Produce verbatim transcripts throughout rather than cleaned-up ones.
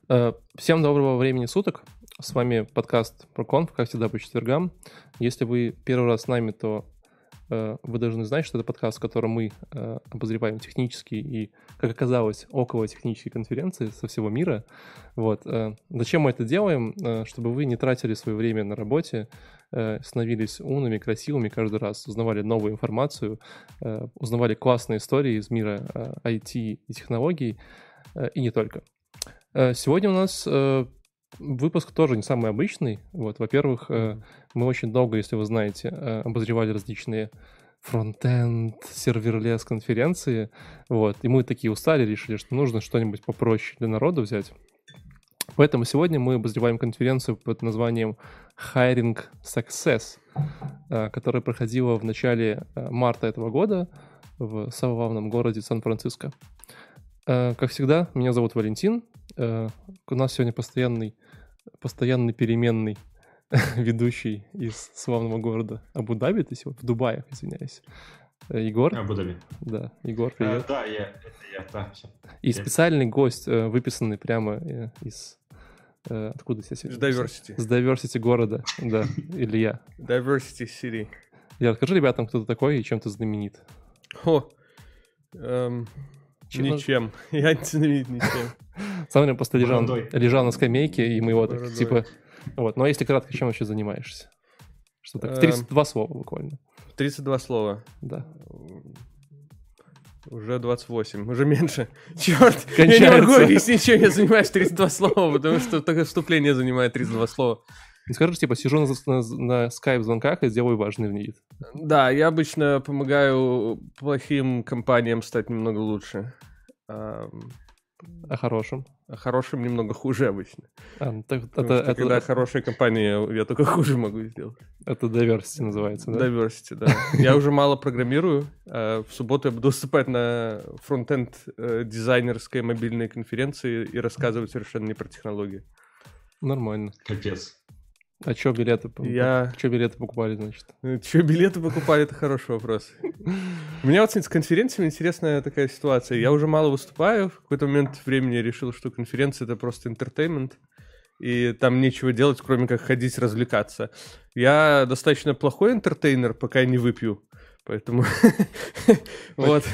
Э, Всем доброго времени суток. С вами подкаст ProConf, как всегда, по четвергам. Если вы первый раз с нами, то э, вы должны знать, что это подкаст, в котором мы э, обозреваем технические и, как оказалось, около технические конференции со всего мира. Вот. Э, зачем мы это делаем? Э, чтобы вы не тратили свое время на работе, э, становились умными, красивыми каждый раз, узнавали новую информацию, э, узнавали классные истории из мира э, ай ти и технологий, э, и не только. Сегодня у нас э, выпуск тоже не самый обычный. Вот, во-первых, э, мы очень долго, если вы знаете, э, обозревали различные фронтенд, серверлес конференции. Вот, и мы такие устали, решили, что нужно что-нибудь попроще для народа взять. Поэтому сегодня мы обозреваем конференцию под названием Hiring Success, э, которая проходила в начале марта этого года в славном городе Сан-Франциско. Как всегда, меня зовут Валентин. У нас сегодня постоянный, постоянный переменный ведущий из славного города Абу-Даби, ты сегодня в Дубае, извиняюсь. Егор. Абу-Даби. Да, Егор, привет. А, да, я, это я, да, все. И я. Специальный гость, выписанный прямо из... Откуда я С Diversity. С Diversity города, да, Илья. Diversity City. Я расскажи ребятам, кто ты такой и чем ты знаменит. О, эм... Чем ничем. Он... Я не знаменит ничем. Сам время просто лежал, лежал на скамейке, и мы его так, типа... Вот. Ну, а если кратко, чем вообще занимаешься? Что так? тридцать два слова буквально. тридцать два слова? Да. Уже двадцать восемь, уже меньше. Черт, Кончается. Я не могу объяснить, чем я занимаюсь тридцать два слова, потому что только вступление занимает тридцать два слова. И скажи, типа, сижу на, на, на скайп-звонках и делаю важный вид. Да, я обычно помогаю плохим компаниям стать немного лучше. А, а хорошим? А хорошим немного хуже обычно. А, так, Потому это, что это, когда это... хорошая компания, я только хуже могу сделать. Это diversity называется, да? Diversity, да. Я уже мало программирую. В субботу я буду выступать на фронтенд дизайнерской мобильной конференции и рассказывать совершенно не про технологии. Нормально. Капец. А что билеты, я... что билеты покупали, значит? Что билеты покупали, это хороший вопрос. У меня вот с конференциями интересная такая ситуация. Я уже мало выступаю. В какой-то момент времени я решил, что конференция — это просто entertainment, и там нечего делать, кроме как ходить развлекаться. Я достаточно плохой энтертейнер, пока я не выпью. Поэтому вот.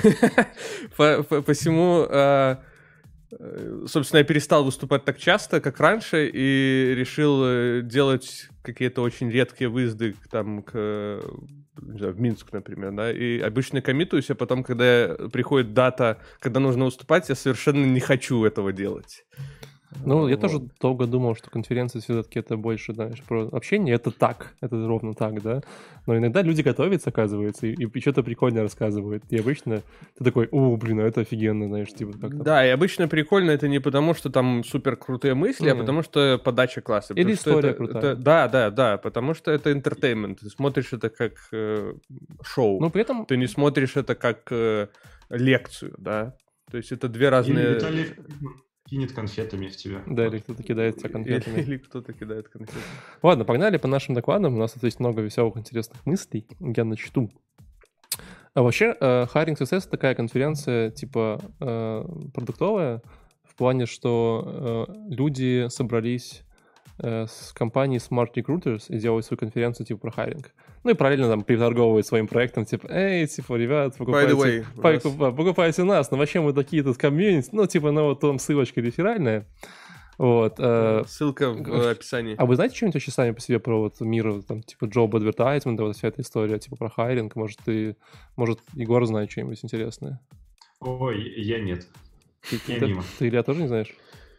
Посему... Собственно, я перестал выступать так часто, как раньше, и решил делать какие-то очень редкие выезды там, к, не знаю, в Минск, например, да, и обычно коммитуюсь, а потом, когда приходит дата, когда нужно выступать, я совершенно не хочу этого делать. Ну, я вот. тоже долго думал, что конференция все-таки это больше, знаешь, про общение. Это так, это ровно так, да. Но иногда люди готовятся, оказывается, и, и что-то прикольное рассказывают. И обычно ты такой, о, блин, а это офигенно, знаешь, типа как-то. Да, и обычно прикольно это не потому, что там супер крутые мысли, mm-hmm. а потому что подача класса. Или история это, крутая. Это, да, да, да, потому что это entertainment. Ты смотришь это как э, шоу. Но при этом... Ты не смотришь это как э, лекцию, да. То есть это две разные... Или Виталий кинет конфетами в тебя. Да, или кто-то кидает тебя конфетами. Или, или кто-то кидает конфетами. Ладно, погнали по нашим докладам. У нас тут есть много веселых, интересных мыслей. Я начту. А вообще, uh, Hiring Success — такая конференция, типа, uh, продуктовая, в плане, что uh, люди собрались uh, с компанией Smart Recruiters и делают свою конференцию, типа, про хайринг. Ну и параллельно там приторговывают своим проектом, типа, эй, типа, ребят, покупайте, way, покупайте, покупайте нас, ну вообще мы такие тут комьюнити, ну типа, ну вот там ссылочка реферальная. Вот. Э, Ссылка в описании. А вы знаете что-нибудь вообще сами по себе про вот мир, там, типа, job advertisement, вот вся эта история, типа, про хайринг? Может, ты, может, Егор знает что-нибудь интересное? Ой, я нет. Ты, я ты, мимо. Ты, Илья, тоже не знаешь?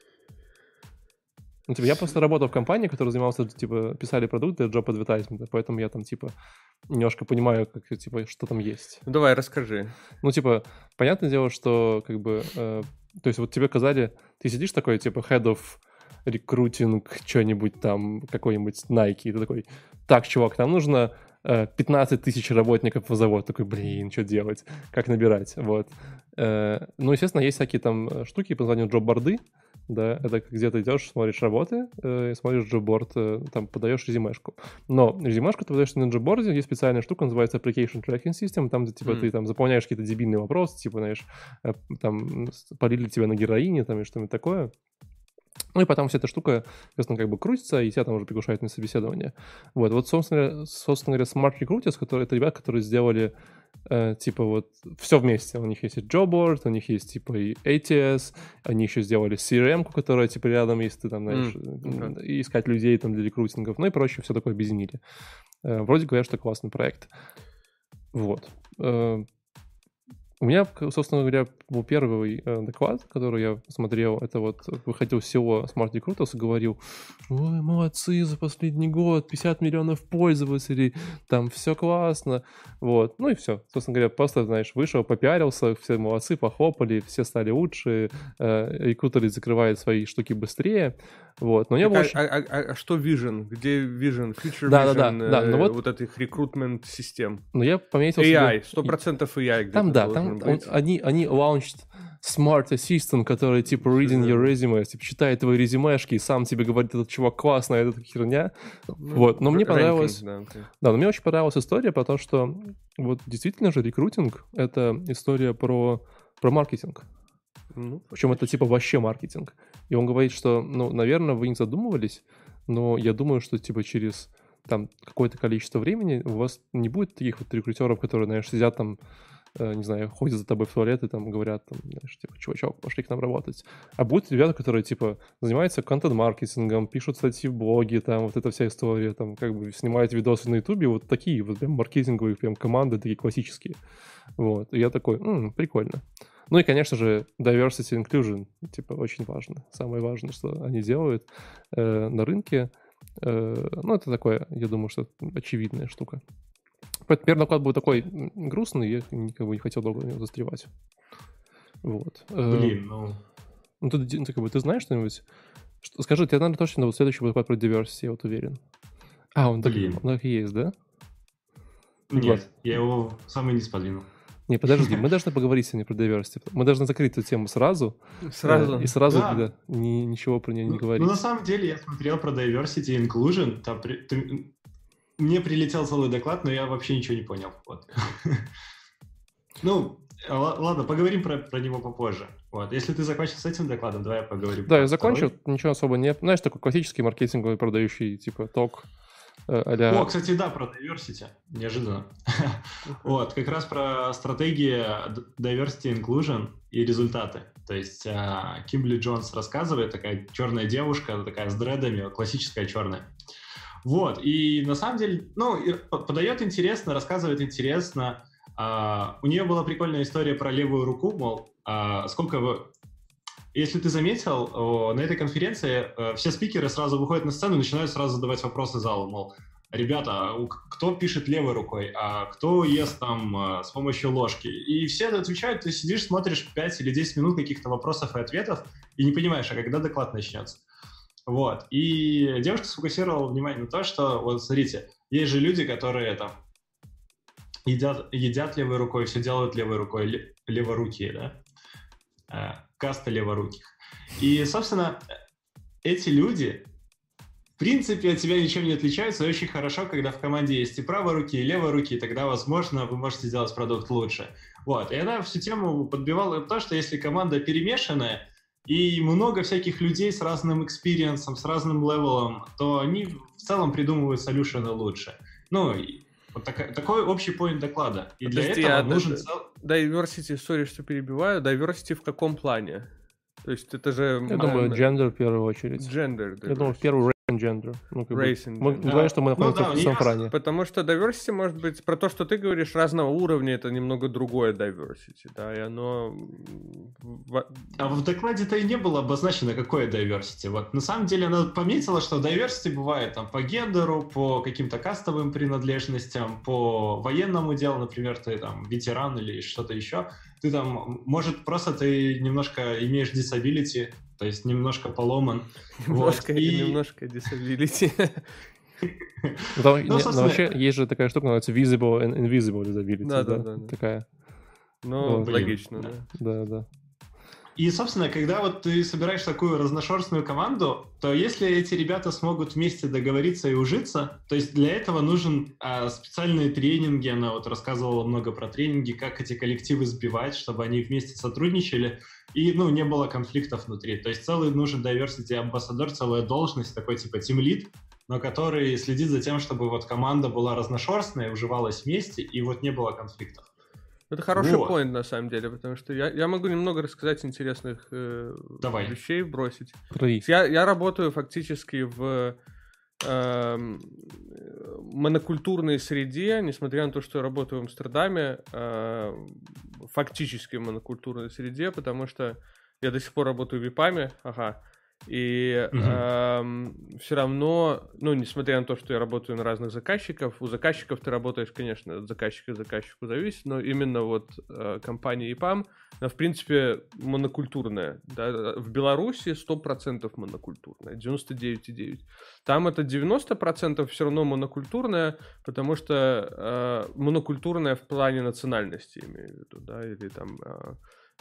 Ну, типа, я просто работал в компании, которая занималась, типа, писали продукты для job advertisement, поэтому я там, типа, немножко понимаю, как, типа, что там есть. Ну, давай, расскажи. Ну, типа, понятное дело, что, как бы, э, то есть вот тебе сказали, ты сидишь такой, типа, head of recruiting, что-нибудь там, какой-нибудь Nike, и ты такой, так, чувак, нам нужно э, пятнадцать тысяч работников в завод. Такой, блин, что делать, как набирать, вот. Э, ну, естественно, есть всякие там штуки по названию джоб-борды, да, это где ты идешь, смотришь работы, э, смотришь джобборд, э, там подаешь резюмешку. Но резюмешку ты подаешь на джобборде, есть специальная штука, называется Application Tracking System, там, где, типа, mm. ты там заполняешь какие-то дебильные вопросы, типа, знаешь, э, там, полили тебя на героине, там, и что-нибудь такое. Ну и потом вся эта штука, соответственно, как бы крутится, и тебя там уже приглашают на собеседование. Вот, вот, собственно, собственно говоря, Smart Recruiters, которые, это ребята, которые сделали, э, типа, вот, все вместе. У них есть и JobBoard, у них есть, типа, и эй ти эс, они еще сделали си ар эм-ку, которая, типа, рядом, если ты там, знаешь, mm, okay. и искать людей там для рекрутингов, ну и прочее, все такое объединили. Э, вроде говорят, что классный проект. Вот. Э, У меня, собственно говоря, был первый э, доклад, который я смотрел, это вот выходил с си и о Smart Recruiters и говорил: ой, молодцы, за последний год пятьдесят миллионов пользователей, там все классно, вот, ну и все, собственно говоря, просто, знаешь, вышел, попиарился, все молодцы, похлопали, все стали лучше, э, рекрутеры закрывают свои штуки быстрее, вот, но у меня так, было а, очень... а, а, а что Vision? Где Vision? Future да, Vision? Да, да, да, э, ну вот... вот этих рекрутмент-систем. Но я пометил эй ай, себе... сто процентов эй ай где-то там, да, там он, они, они launched Smart Assistant, который, типа, reading your resume, типа, читает твои резюмешки и сам тебе говорит, этот чувак классный, а этот херня. Ну, вот, но мне понравилось... Да, okay. да, но мне очень понравилась история про то, что вот действительно же рекрутинг — это история про, про маркетинг. Ну, причем это, типа, вообще маркетинг. И он говорит, что, ну, наверное, вы не задумывались, но я думаю, что, типа, через там какое-то количество времени у вас не будет таких вот рекрутеров, которые, знаешь, сидят там, э, не знаю, ходят за тобой в туалет и там говорят, там, знаешь, типа, чувачок, пошли к нам работать. А будут ребята, которые, типа, занимаются контент-маркетингом, пишут статьи в блоге, там, вот эта вся история, там, как бы снимают видосы на ютубе, вот такие вот прям маркетинговые прям команды, такие классические. Вот. И я такой, м-м, прикольно. Ну и, конечно же, diversity inclusion, типа, очень важно. Самое важное, что они делают э, на рынке. Э, ну, это такое, я думаю, что очевидная штука. Поэтому первый доклад был такой грустный, я никого не хотел долго в него застревать. Вот. Блин, ну... Ну, ты, ты, как бы, ты знаешь что-нибудь? Что, скажи, тебе, наверное, точно вот следующий доклад про diversity, я вот уверен. А, он так, он так и есть, да? Нет, вот. Я его самый низ подвинул. Не, подожди, мы должны поговорить сегодня про diversity. Мы должны закрыть эту тему сразу. Сразу. Э, и сразу да. Да, ни, ничего про нее не ну, говорить. Ну, на самом деле, я смотрел про diversity и inclusion. Там при... ты... Мне прилетел целый доклад, но я вообще ничего не понял. Вот. Ну, ладно, поговорим про, про него попозже. Вот. Если ты закончил с этим докладом, давай поговорим. Да, я закончил. Второй. Ничего особо нет. Знаешь, такой классический маркетинговый продающий, типа, ток. А-ля... О, кстати, да, про diversity. Неожиданно. Вот, как раз про стратегии diversity, inclusion и результаты. То есть Кимбли Джонс рассказывает, такая черная девушка, такая с дредами, классическая черная. Вот, и на самом деле, ну, подает интересно, рассказывает интересно. У нее была прикольная история про левую руку, мол, сколько... Если ты заметил, на этой конференции все спикеры сразу выходят на сцену и начинают сразу задавать вопросы залу, мол, ребята, кто пишет левой рукой, а кто ест там с помощью ложки? И все отвечают, ты сидишь, смотришь пять или десять минут каких-то вопросов и ответов и не понимаешь, а когда доклад начнется. Вот. И девушка сфокусировала внимание на то, что, вот смотрите, есть же люди, которые там едят, едят левой рукой, все делают левой рукой, леворукие, да? Каста леворуких. И, собственно, эти люди, в принципе, от тебя ничем не отличаются, и очень хорошо, когда в команде есть и праворуки, и леворуки, и тогда, возможно, вы можете сделать продукт лучше. Вот. И она всю тему подбивала то, что если команда перемешанная, и много всяких людей с разным экспириенсом, с разным левелом, то они в целом придумывают солюшены лучше. Ну, вот так, такой общий поинт доклада. И для Подожди, этого а нужен... Да, цел... Diversity, сори, что перебиваю, diversity в каком плане? То есть это же... Я думаю, gender в первую очередь. Gender. Я думаю, в первую gender. Ну, как Race бы, мы говорим, что мы находимся ну, да, в Сан-Фране. Потому что diversity может быть... Про то, что ты говоришь, разного уровня, это немного другое diversity, да, и оно... А в докладе-то и не было обозначено, какое diversity. Вот на самом деле она пометила, что diversity бывает там по гендеру, по каким-то кастовым принадлежностям, по военному делу, например, ты там ветеран или что-то еще. Ты там, может, просто ты немножко имеешь disability, то есть немножко поломан. Немножко, вот, и... немножко disability. Но, ну, не, но вообще есть же такая штука, называется visible and invisible disability. Да, да, да, да. Такая. Ну, вот. логично, Блин. да. Да, да. И, собственно, когда вот ты собираешь такую разношерстную команду, то если эти ребята смогут вместе договориться и ужиться, то есть для этого нужен а, специальные тренинги. Она вот рассказывала много про тренинги, как эти коллективы сбивать, чтобы они вместе сотрудничали и, ну, не было конфликтов внутри. То есть целый нужен diversity амбассадор, целая должность, такой типа team-lead, но который следит за тем, чтобы вот команда была разношерстная, уживалась вместе, и вот не было конфликтов. Это хороший вот. поинт, на самом деле, потому что я, я могу немного рассказать интересных э, вещей, бросить. Я, я работаю фактически в э, монокультурной среде, несмотря на то, что я работаю в Амстердаме, э, фактически в монокультурной среде, потому что я до сих пор работаю в ВИПами, ага, и угу. э, все равно, ну, несмотря на то, что я работаю на разных заказчиков, у заказчиков ты работаешь, конечно, от заказчика к заказчику зависит, но именно вот э, компания ИПАМ, она, в принципе, монокультурная. Да? В Беларуси сто процентов монокультурная, девяносто девять целых девять десятых. Там это девяносто процентов все равно монокультурная, потому что э, монокультурная в плане национальности, имею в виду, да, или там... Э,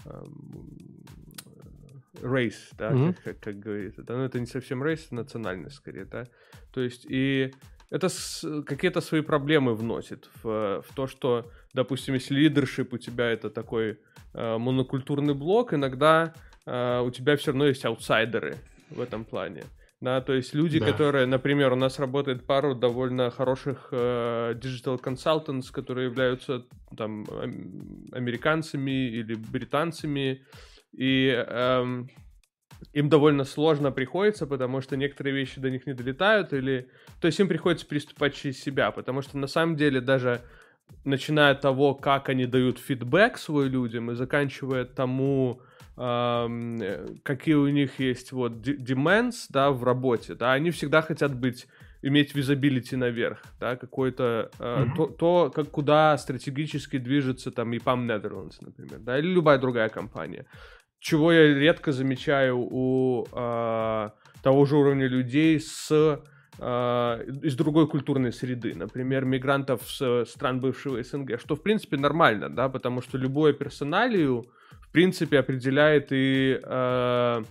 race, да, mm-hmm. как, как, как говорится. Да? Но это не совсем race, это национальность скорее, да. То есть и это с, какие-то свои проблемы вносит в, в то, что, допустим, если лидершип у тебя это такой э, монокультурный блок, иногда э, у тебя все равно есть аутсайдеры в этом плане. Да, то есть люди, да. которые, например, у нас работает пару довольно хороших э, digital consultants, которые являются там американцами или британцами, и эм, им довольно сложно приходится, потому что некоторые вещи до них не долетают, или... То есть им приходится приступать через себя, потому что на самом деле даже начиная от того, как они дают фидбэк свой людям, и заканчивая тому, эм, какие у них есть вот demands, да, в работе, да, они всегда хотят быть... иметь визабилити наверх, да, какой-то, э, mm-hmm. то, то, как, куда стратегически движется там ИПАМ Netherlands, например, да, или любая другая компания. Чего я редко замечаю у э, того же уровня людей с, э, из другой культурной среды, например, мигрантов с стран бывшего СНГ, что, в принципе, нормально, да, потому что любую персоналию, в принципе, определяет и... Э,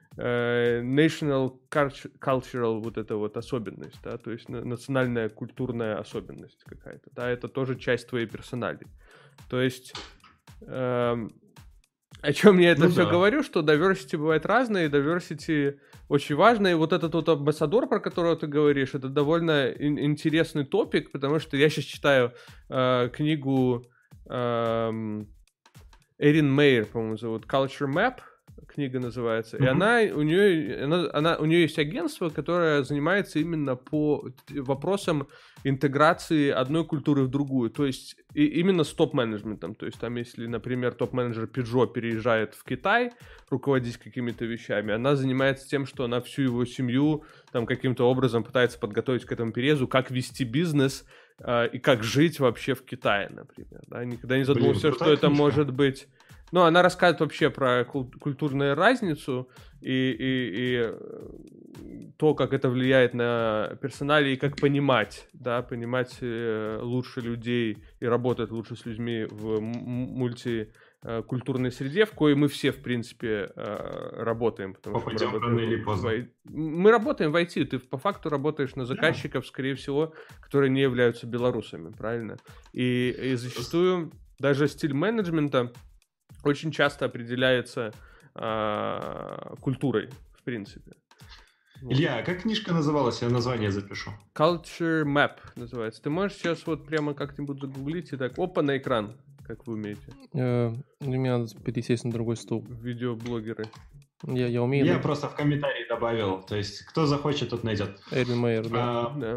national cultural вот эта вот особенность, да, то есть национальная культурная особенность какая-то, да, это тоже часть твоей персоналии. То есть эм, о чем я это ну, все да. говорю, что diversity бывает разное, и diversity очень важно, и вот этот вот амбассадор, про которого ты говоришь, это довольно ин- интересный топик, потому что я сейчас читаю э, книгу э, Эрин Мейер, по-моему, зовут Culture Map, книга называется, mm-hmm. и она у нее она, она у нее есть агентство, которое занимается именно по вопросам интеграции одной культуры в другую, то есть и, именно с топ-менеджментом, то есть там если, например, топ-менеджер Peugeot переезжает в Китай руководить какими-то вещами, она занимается тем, что она всю его семью там каким-то образом пытается подготовить к этому переезду, как вести бизнес э, и как жить вообще в Китае, например. Да? Никогда не задумывался, Блин, что это книжка. Может быть. Ну, она рассказывает вообще про культурную разницу и, и, и то, как это влияет на персонале, и как понимать, да, понимать э, лучше людей и работать лучше с людьми в мультикультурной среде, в коей мы все, в принципе, э, работаем. Потому Попадем что мы рано или поздно. В... Мы работаем в ай ти, ты по факту работаешь на заказчиков, скорее всего, которые не являются белорусами, правильно? И, и зачастую даже стиль менеджмента очень часто определяется э, культурой, в принципе. Илья, а как книжка называлась? Я название запишу. Culture Map называется. Ты можешь сейчас вот прямо как-нибудь загуглить и так, опа, на экран, как вы умеете? Э, мне надо пересесть на другой стул. Видеоблогеры. Я, я умею. Я да? просто в комментарии добавил. То есть, кто захочет, тот найдет. Эрин Мейер, да. А, да.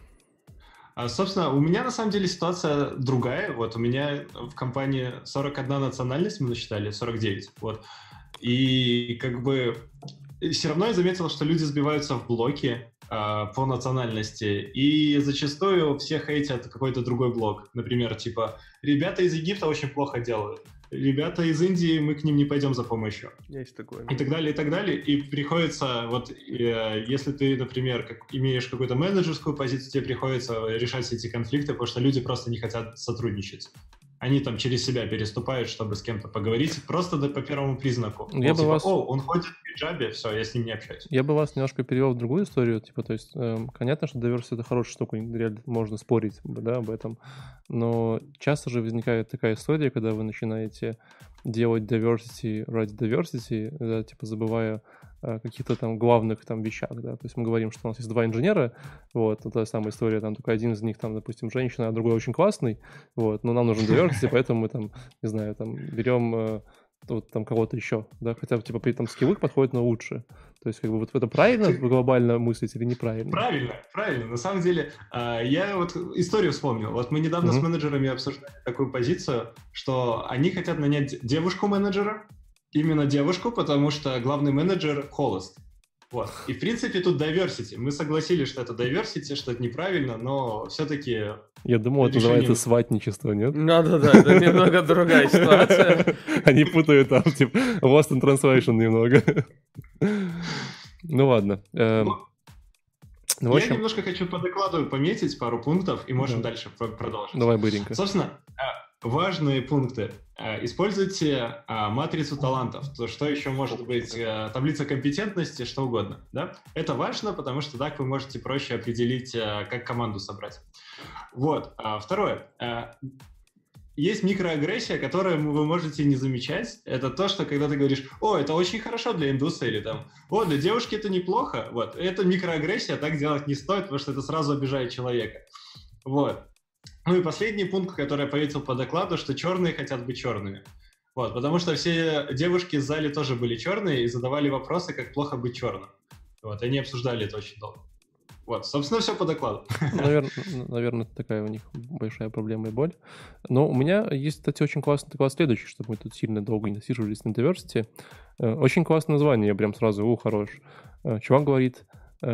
А, собственно, у меня на самом деле ситуация другая. Вот у меня в компании сорок одна национальность, мы насчитали, сорок девять. Вот. И как бы все равно я заметил, что люди сбиваются в блоки а, по национальности. И зачастую все хейтят какой-то другой блок. Например, типа, ребята из Египта очень плохо делают. Ребята из Индии, мы к ним не пойдем за помощью. Есть такое. И так далее, и так далее. И приходится, вот, э, если ты, например, как, имеешь какую-то менеджерскую позицию, тебе приходится решать все эти конфликты, потому что люди просто не хотят сотрудничать. они там через себя переступают, чтобы с кем-то поговорить, просто да, по первому признаку. Я Мол, бы типа, вас... о, он ходит в хиджабе, все, я с ним не общаюсь. Я бы вас немножко перевел в другую историю, типа, то есть, э, понятно, что diversity — это хорошая штука, реально можно спорить, да, об этом, но часто же возникает такая история, когда вы начинаете делать diversity ради diversity, да, типа, забывая о каких-то там главных там вещах, да, то есть мы говорим, что у нас есть два инженера, вот, та самая история, там только один из них там, допустим, женщина, а другой очень классный, вот, но нам нужен diversity, поэтому мы там, не знаю, там берем э, вот там кого-то еще, да, хотя типа при этом скиллы подходят, но лучше, то есть как бы вот это правильно глобально мыслить или неправильно? Правильно, правильно, на самом деле, я вот историю вспомнил, вот мы недавно mm-hmm. с менеджерами обсуждали такую позицию, что они хотят нанять девушку-менеджера, именно девушку, потому что главный менеджер холост. Вот. И, в принципе, тут diversity. Мы согласились, что это diversity, что это неправильно, но все-таки... Я думал, это решением... называется сватничество, нет? Да-да-да, это немного другая ситуация. Они путают там, типа, lost in translation немного. Ну ладно. Я немножко хочу по докладу пометить пару пунктов, и можем дальше продолжить. Давай быренько. Собственно, важные пункты. Используйте а, матрицу талантов. То, что еще может быть? А, таблица компетентности, что угодно. Да? Это важно, потому что так вы можете проще определить, а, как команду собрать. Вот. А, второе. А, есть микроагрессия, которую вы можете не замечать. Это то, что когда ты говоришь, о, это очень хорошо для индуса, или там, о, для девушки это неплохо. Вот. Это микроагрессия, так делать не стоит, потому что это сразу обижает человека. Вот. Ну и последний пункт, который я повесил по докладу, что черные хотят быть черными. Вот, потому что все девушки в зале тоже были черные и задавали вопросы, как плохо быть черным. Вот, они обсуждали это очень долго. Вот, собственно, все по докладу. Наверное, наверное, такая у них большая проблема и боль. Но у меня есть, кстати, очень классный доклад следующий, чтобы мы тут сильно долго не засиживались на diversity. Очень классное название, я прям сразу, у, хорош. Чувак говорит...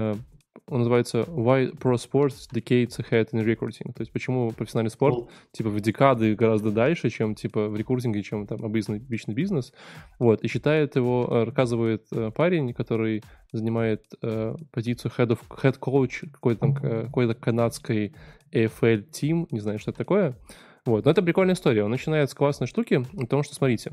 Он называется Why Pro Sports Decades Ahead in Recruiting. То есть почему профессиональный спорт oh. типа в декады гораздо дальше, чем типа в рекрутинге, чем там обычный, обычный бизнес. Вот. И считает его, рассказывает парень, который занимает э, позицию head, of, head coach какой-то там какой-то канадской эй эф эл team, не знаю, что это такое. Вот. Но это прикольная история. Он начинает с классной штуки, потому что, смотрите,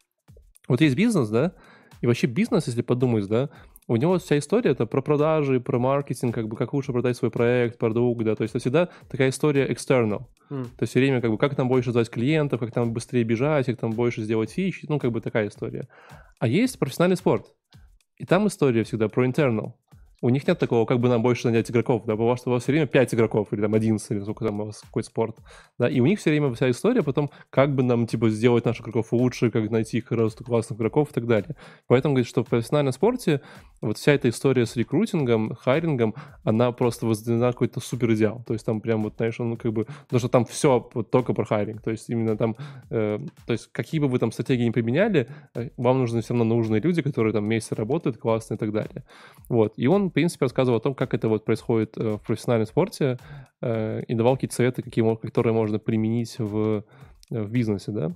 вот есть бизнес, да, и вообще бизнес, если подумать, да, у него вся история — это про продажи, про маркетинг, как бы как лучше продать свой проект, продукт, да, то есть это всегда такая история external. Mm. То есть все время как бы как там больше звать клиентов, как там быстрее бежать, как там больше сделать фич, ну как бы такая история. А есть профессиональный спорт, и там история всегда про internal. У них нет такого, как бы нам больше нанять игроков, да, потому что у вас все время пять игроков, или там одиннадцать, или сколько там у вас, какой спорт, да, и у них все время вся история потом, как бы нам, типа, сделать наших игроков лучше, как найти просто классных игроков и так далее. Поэтому говорит, что в профессиональном спорте вот вся эта история с рекрутингом, хайрингом, она просто воздвигнена какой-то супер идеал, то есть там прям вот, знаешь, он как бы, потому что там все вот только про хайринг, то есть именно там, э, то есть какие бы вы там стратегии не применяли, вам нужны все равно нужные люди, которые там вместе работают, классно и так далее. Вот, и он в принципе, рассказывал о том, как это вот происходит э, в профессиональном спорте э, и давал какие-то советы, какие, которые можно применить в, в бизнесе, да.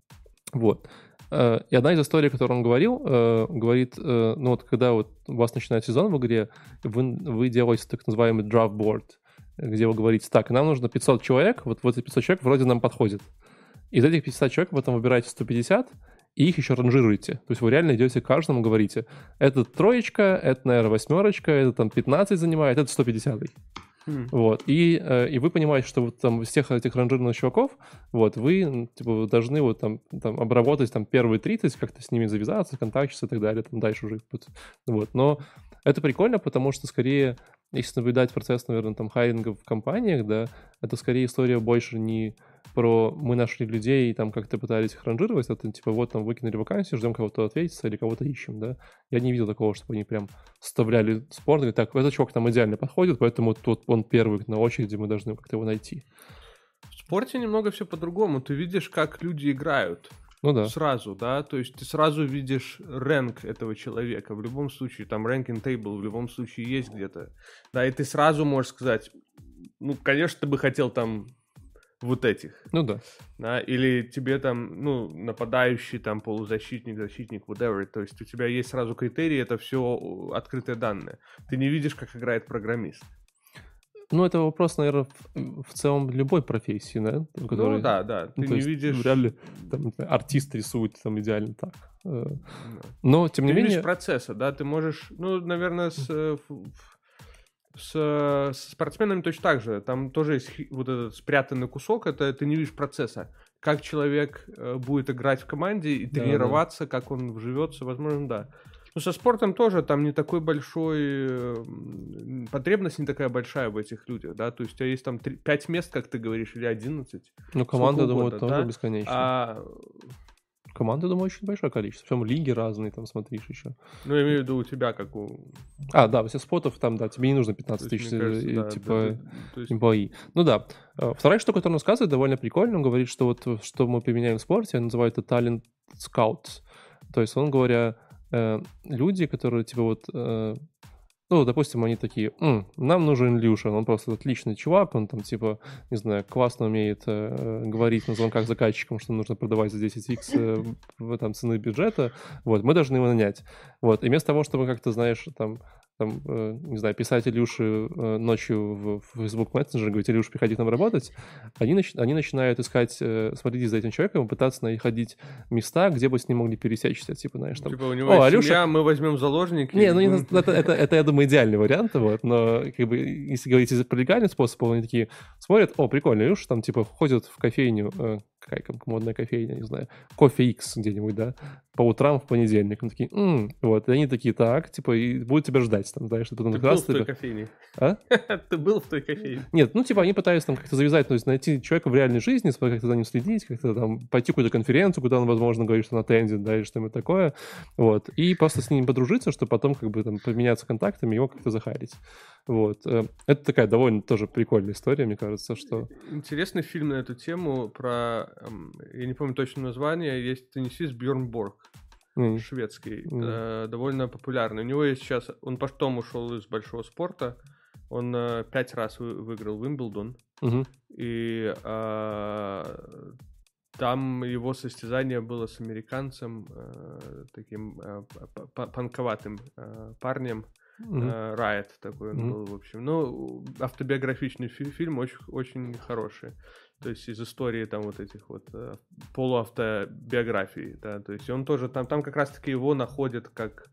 Вот. Э, и одна из историй, о которой он говорил, э, говорит, э, ну вот когда вот у вас начинает сезон в игре, вы, вы делаете так называемый draft board, где вы говорите, так, нам нужно пятьсот человек, вот, вот эти пятьсот человек вроде нам подходит. Из этих пятьдесят человек вы потом выбираете сто пятьдесят, и их еще ранжируете. То есть вы реально идете к каждому и говорите, это троечка, это, наверное, восьмерочка, это там пятнадцать занимает, это сто пятьдесят. Mm. Вот. И, и вы понимаете, что вот там из всех этих ранжированных чуваков, вот, вы типа, должны вот там, там обработать там первые тридцать, как-то с ними завязаться, контактиться и так далее, там дальше уже. Вот. Но это прикольно, потому что скорее, если наблюдать процесс, наверное, там хайринга в компаниях, да, это скорее история больше не про мы нашли людей и там как-то пытались их ранжировать, это типа вот там выкинули вакансию, ждем кого-то ответиться или кого-то ищем, да. Я не видел такого, чтобы они прям вставляли спорт, говорят, так, этот чувак нам идеально подходит, поэтому тут он первый на очереди, мы должны как-то его найти. В спорте немного все по-другому. Ты видишь, как люди играют. Ну да. Сразу, да, то есть ты сразу видишь рэнк этого человека, в любом случае, там ranking table в любом случае есть где-то, да, и ты сразу можешь сказать, ну, конечно, ты бы хотел там вот этих. Ну да. Да, или тебе там, ну, нападающий, там, полузащитник, защитник, whatever, то есть у тебя есть сразу критерии, это все открытые данные. Ты не видишь, как играет программист. Ну, это вопрос, наверное, в, в целом любой профессии, да? Который, ну, да, да. Ты ну, не видишь... Вряд ли там, артист рисует там идеально так. Но, тем не ты менее... Ты видишь процесса, да? Ты можешь, ну, наверное, с... С, с спортсменами точно так же. Там тоже есть вот этот спрятанный кусок, это ты не видишь процесса. Как человек э, будет играть в команде и тренироваться, да, да. Как он вживется, возможно, да. Но со спортом тоже там не такой большой... Э, потребность не такая большая в этих людях, да. То есть у тебя есть там три, пять мест, как ты говоришь, или одиннадцать. Ну, команда, думаю, тоже да? бесконечно. А... Команды, думаю, очень большое количество. Причем лиги разные, там, смотришь еще. Ну, я имею в виду у тебя, как у... А, да, все спотов там, да, тебе не нужно пятнадцать тысяч, кажется, и, да, типа, да, да, есть... бои. Ну, да. Вторая штука, которую он рассказывает, довольно прикольно. Он говорит, что вот, что мы применяем в спорте, он называет это talent scouts. То есть, он говоря, люди, которые, типа, вот... Ну, допустим, они такие, М, нам нужен Илюша, он просто отличный чувак, он там, типа, не знаю, классно умеет э, говорить на звонках заказчикам, что нужно продавать за десять икс э, в там, цены бюджета, вот, мы должны его нанять. Вот, и вместо того, чтобы как-то, знаешь, там, там э, не знаю, писать Илюше э, ночью в, в Facebook Messenger, говорить, Илюш, приходи к нам работать, они, нач- они начинают искать, э, смотреть за этим человеком, пытаться находить места, где бы с ним могли пересечься, типа, знаешь, там... Типа у него О, есть Алеша... семья, мы возьмем заложники. Не, ну не, это, это, это, я думаю, идеальный вариант, вот, но, как бы, если говорить из легальных способов, они такие смотрят, о, прикольно, Илюша там, типа, ходит в кофейню, э, какая как модная кофейня, не знаю, кофе X где-нибудь, да, по утрам в понедельник. Они такие, м-м", вот, и они такие, так, типа, и будут тебя ждать, там, знаешь, ты потом... Ты был в той кофейне? А? Ты был в той кофейне? Нет, ну, типа, они пытаются там как-то завязать, то есть найти человека в реальной жизни, как-то за ним следить, как-то там пойти в какую-то конференцию, куда он, возможно, говорит, что он attended, да, или что-нибудь такое, вот, и просто с ним подружиться, чтобы потом, как бы, там, поменяться контактами, его как-то захарить. Вот. Это такая довольно тоже прикольная история, мне кажется, что... Интересный фильм на эту тему про... Я не помню точно название. Есть теннисист Бьерн Борг. Mm. Шведский. Mm. Э, довольно популярный. У него есть сейчас... Он потом ушел из большого спорта. Он э, пять раз вы, выиграл Уимблдон. Mm-hmm. И э, там его состязание было с американцем, э, таким э, панковатым э, парнем. Mm-hmm. Riot такой он mm-hmm. был, в общем. Ну, автобиографичный фи- фильм очень, очень хороший. То есть из истории там вот этих вот э, полуавтобиографий, да, то есть он тоже там, там как раз-таки его находят как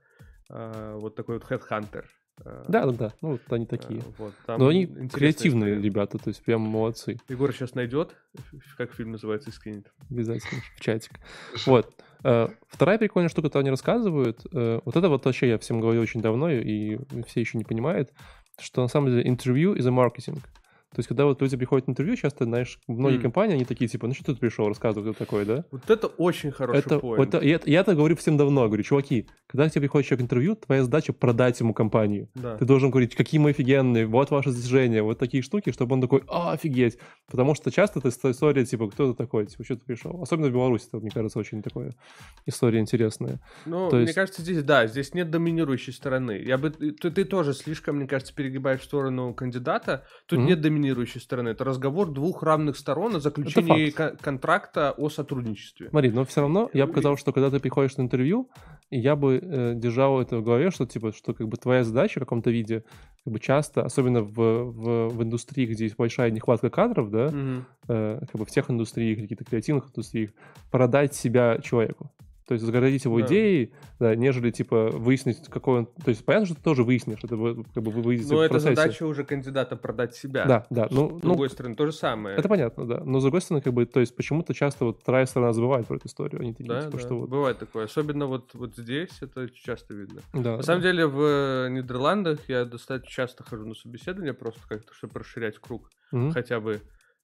э, вот такой вот headhunter. Э, да, да, да, ну вот они такие. Э, вот, там но они креативные история. Ребята, то есть прям молодцы. Егор сейчас найдет, как фильм называется, и скинет. Обязательно, в чатик. Вот. Вторая прикольная штука, которую они рассказывают, вот это вот вообще я всем говорю очень давно, и все еще не понимают, что на самом деле интервью is a marketing. То есть, когда вот люди приходят на интервью, часто, знаешь, многие mm. компании, они такие, типа, ну что ты тут пришел, рассказывай, кто такой, да? Вот это очень хороший это, поинт. Это, я, я это говорю всем давно, говорю, чуваки, когда к тебе приходит человек к интервью, твоя задача продать ему компанию. Да. Ты должен говорить, какие мы офигенные, вот ваши достижения, вот такие штуки, чтобы он такой, а, офигеть. Потому что часто это история, типа, кто ты такой, типа, что ты пришел. Особенно в Беларуси, это, мне кажется, очень такая история интересная. Ну, То мне есть... кажется, здесь, да, здесь нет доминирующей стороны. Я бы, ты, ты тоже слишком, мне кажется, перегибаешь в сторону кандидата. Тут mm-hmm. нет доминирующей стороны. Это разговор двух равных сторон о заключении кон- контракта о сотрудничестве. Смотри, но все равно я бы сказал, что когда ты приходишь на интервью, я бы э, держал это в голове, что типа, что как бы твоя задача в каком-то виде, как бы часто, особенно в, в, в индустрии, где есть большая нехватка кадров, да, mm-hmm. э, как бы в тех индустриях, каких-то креативных индустриях, продать себя человеку. То есть загородить его да. идеей, да, нежели, типа, выяснить, какой он... То есть понятно, что ты тоже выяснишь, это как бы вы выйдете Но в это процессе. задача уже кандидата продать себя. Да, да. Ну, с другой ну, стороны, то же самое. Это понятно, да. Но с другой стороны, как бы, то есть почему-то часто вот вторая сторона забывает про эту историю. Они такие, да, типа, да. что вот... Бывает такое. Особенно вот, вот здесь это часто видно. Да, на да. самом деле в Нидерландах я достаточно часто хожу на собеседования, просто как-то, чтобы расширять круг. Mm-hmm. Хотя бы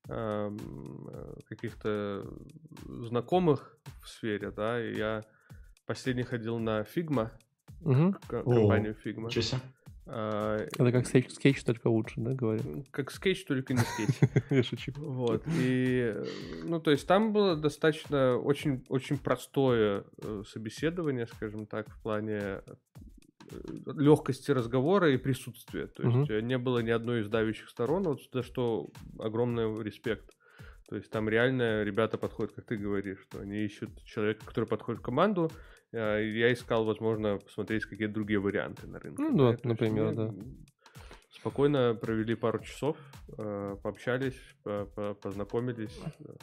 э, каких-то знакомых в сфере, да, и я последний ходил на Figma, угу. к- компанию Figma. Честно. А, Это как скетч, скетч, только лучше, да, говорят? Как скетч, только не скетч. Я шучу. Вот, и, ну, то есть там было достаточно очень, очень простое собеседование, скажем так, в плане легкости разговора и присутствия. То есть uh-huh. не было ни одной из давящих сторон, вот за что огромный респект. То есть там реально ребята подходят, как ты говоришь, что они ищут человека, который подходит в команду. Я искал, возможно, посмотреть какие-то другие варианты на рынке. Ну да, например, есть, да. спокойно провели пару часов, э, пообщались, по- по- познакомились.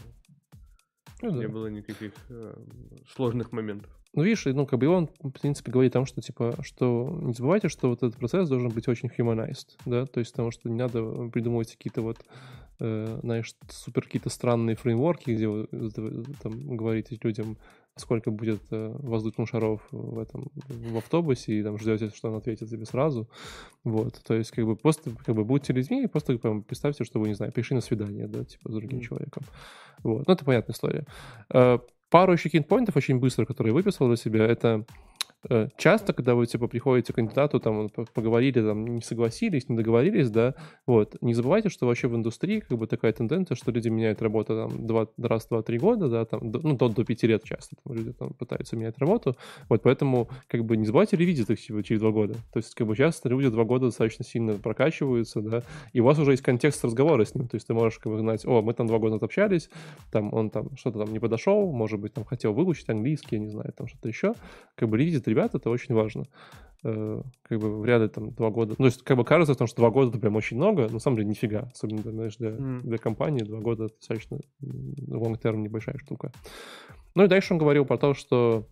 Ну, Не да. было никаких э, сложных моментов. Ну, видишь, и, ну, как бы и он, в принципе, говорит о том, что, типа, что не забывайте, что вот этот процесс должен быть очень humanized, да, то есть потому что не надо придумывать какие-то вот, э, знаешь, супер какие-то странные фреймворки, где вы, э, там говорите людям, сколько будет э, воздушных шаров в этом, в автобусе, и там ждете, что он ответит тебе сразу, вот, то есть как бы просто, как бы будьте людьми, и просто прям представьте, что вы, не знаю, пришли на свидание, да, типа, с другим Mm. человеком, вот, ну, это понятная история. Э, Пару еще кейн-поинтов очень быстро, которые я выписал для себя, это э, часто, когда вы, типа, приходите к кандидату, там, по- поговорили, там, не согласились, не договорились, да, вот, не забывайте, что вообще в индустрии, как бы, такая тенденция, что люди меняют работу, там, два, раз, два, три года, да, там, до- ну, до, до пяти лет часто, там, люди, там, пытаются менять работу, вот, поэтому, как бы, не забывайте ревизить их типа, через два года, то есть, как бы, часто люди два года достаточно сильно прокачиваются, да, и у вас уже есть контекст разговора с ним, то есть, ты можешь, как бы, знать, о, мы там два года общались, там, он там что-то там не подошел, может быть, там, хотел выучить английский, я не знаю, там, что-то еще, как бы, ревизить ребят, это очень важно. Э, Как бы вряд ли там два года. Ну, то есть, как бы кажется, потому что два года это прям очень много, но на самом деле нифига. Особенно, знаешь, для, Mm. для компании два года это достаточно long-term небольшая штука. Ну и дальше он говорил про то, что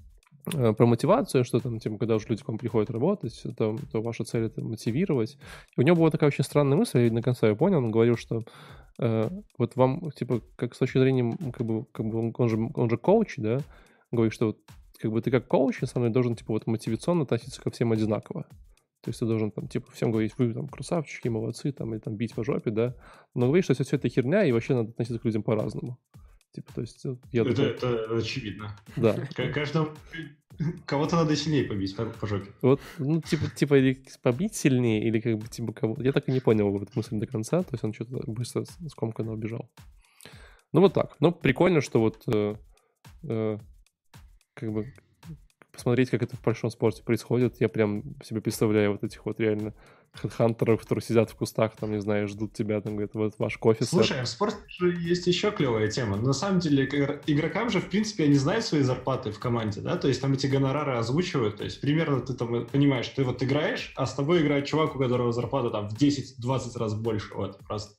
э, про мотивацию, что там, типа, когда уже люди к вам приходят работать, то, то ваша цель — это мотивировать. И у него была такая очень странная мысль, я до конца ее понял, он говорил, что э, вот вам, типа, как с точки зрения, как бы, как бы он, он же, он же коуч, да, говорит, что вот, как бы ты как коуч, на самом деле, должен, типа, вот мотивационно относиться ко всем одинаково. То есть ты должен, там, типа, всем говорить, вы, там, красавчики, молодцы, там, или, там, бить по жопе, да, но говорить, что все это херня, и вообще надо относиться к людям по-разному. Типа, то есть, я Это, такой, это очевидно. да. К- Каждому... Кого-то надо сильнее побить по, по жопе. Вот, ну, типа, типа, или побить сильнее, или как бы, типа, кого... Я так и не понял его эту мысль до конца, то есть он что-то быстро скомканно убежал. Ну, вот так. Ну, прикольно, что вот, э, э, как бы, посмотреть, как это в большом спорте происходит. Я прям себе представляю вот этих вот реально хедхантеров, которые сидят в кустах, там, не знаю, ждут тебя, там, говорят, вот ваш кофе. Слушай, а в спорте же есть еще клевая тема. На самом деле, игр- игрокам же, в принципе, они знают свои зарплаты в команде, да, то есть там эти гонорары озвучивают, то есть примерно ты там понимаешь, ты вот играешь, а с тобой играет чувак, у которого зарплата там в десять-двадцать раз больше, вот, просто.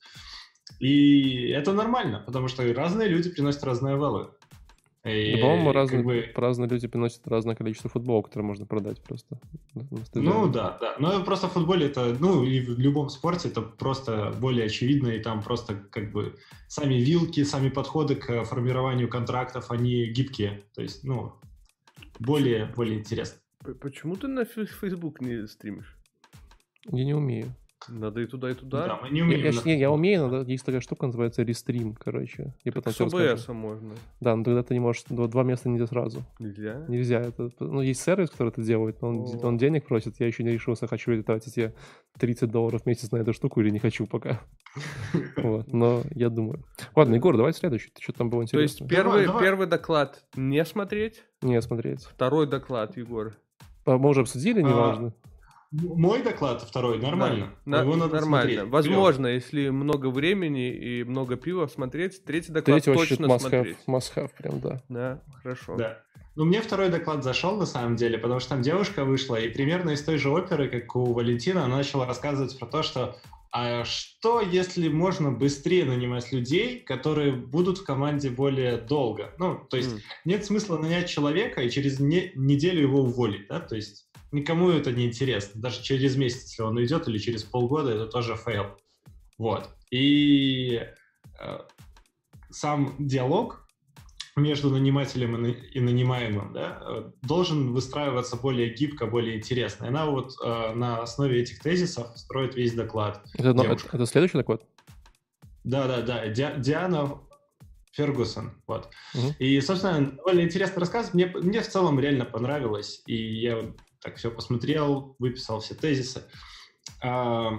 И это нормально, потому что разные люди приносят разное value. И, Да, по-моему, как разные, бы, разные люди приносят разное количество футболок, которые можно продать просто. на- на стадионе. ну да, да. Но просто в футболе это, ну и в любом спорте это просто более очевидно, и там просто как бы сами вилки, сами подходы к формированию контрактов, они гибкие. То есть, ну, более, более интересно. П- Почему ты на фе- Facebook не стримишь? Я не умею. Надо и туда, и туда. Да, мы не Я, умеем. я, на- ж- не, я умею, но да, есть такая штука, называется рестрим, короче. И Так потом с тебе расскажу. ОБС можно. Да, но тогда ты не можешь, два, два места нельзя сразу. Нельзя? Нельзя. Это, ну, есть сервис, который это делает, но он, О. он денег просит. Я еще не решился, хочу ли тратить я тридцать долларов в месяц на эту штуку или не хочу пока. Вот, но я думаю. Ладно, Егор, давай следующий. Ты что там было То есть интересно? первый, давай. первый доклад не смотреть, Не смотреть. второй доклад, Егор. А, Мы уже обсудили, А, неважно. М- Мой доклад второй нормально. Да, Его на- надо нормально. смотреть. Возможно, если много времени и много пива смотреть, третий доклад Третий вообще точно must have, смотреть. must have, прям, да. Да, хорошо. Да. Ну, мне второй доклад зашел, на самом деле, потому что там девушка вышла, и примерно из той же оперы, как у Валентина, она начала рассказывать про то, что а что, если можно быстрее нанимать людей, которые будут в команде более долго? Ну, то есть М. нет смысла нанять человека и через не- неделю его уволить, да? То есть никому это не интересно. Даже через месяц, если он уйдет, или через полгода, это тоже фейл. Вот. И э, сам диалог между нанимателем и, на- и нанимаемым, да, э, должен выстраиваться более гибко, более интересно. И она вот э, на основе этих тезисов строит весь доклад. Это, но- это, Девушка. это следующий доклад? Да-да-да, Ди- Диана Фергусон, вот. Мгм. И, собственно, довольно интересный рассказ. Мне, мне в целом реально понравилось, и я вот так все посмотрел, выписал все тезисы. А,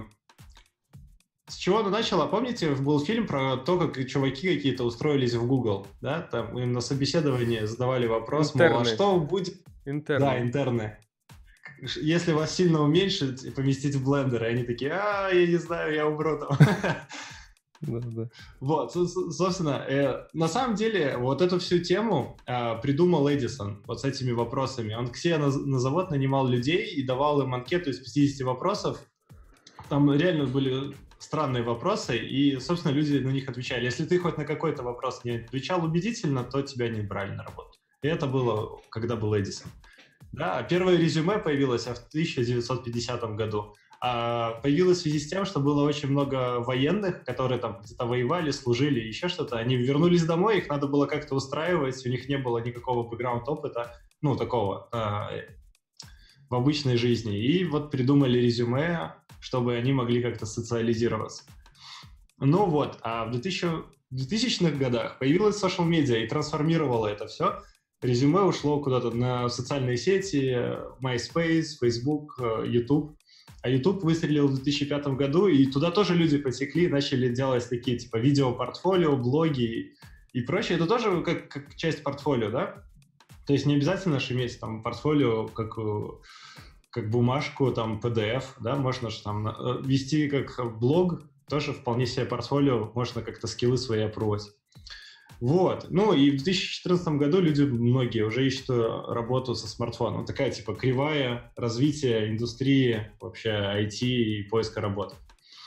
с чего она начала? Помните, был фильм про то, как чуваки какие-то устроились в Google, да? Там им на собеседовании задавали вопрос, мол, а Интерны. что будет... Интерны. Да, интерны. Если вас сильно уменьшить и поместить в блендер, и они такие, а, я не знаю, я умру там. Да, да. Вот, со- со- собственно, э, на самом деле вот эту всю тему э, придумал Эдисон вот с этими вопросами. Он к себе на, на завод нанимал людей и давал им анкету из пятидесяти вопросов, там реально были странные вопросы, и, собственно, люди на них отвечали. Если ты хоть на какой-то вопрос не отвечал убедительно, то тебя не брали на работу. И это было, когда был Эдисон. Да, первое резюме появилось в тысяча девятьсот пятидесятом году. А появилось в связи с тем, что было очень много военных, которые там где-то воевали, служили, еще что-то. Они вернулись домой, их надо было как-то устраивать, у них не было никакого бэкграунд-опыта, ну, такого, э, в обычной жизни. И вот придумали резюме, чтобы они могли как-то социализироваться. Ну вот, а в двухтысячных годах появилась social media и трансформировала это все. Резюме ушло куда-то на социальные сети, MySpace, Facebook, YouTube. А YouTube выстрелил в две тысячи пятом году, и туда тоже люди потекли, начали делать такие типа видео-портфолио, блоги и прочее. Это тоже как, как часть портфолио, да? То есть не обязательно же иметь там портфолио как, как бумажку, там пи ди эф, да? Можно же там вести как блог, тоже вполне себе портфолио, можно как-то скиллы свои опробовать. Вот. Ну и в две тысячи четырнадцатом году люди, многие, уже ищут работу со смартфоном. Такая типа кривая развития индустрии, вообще ай ти и поиска работы.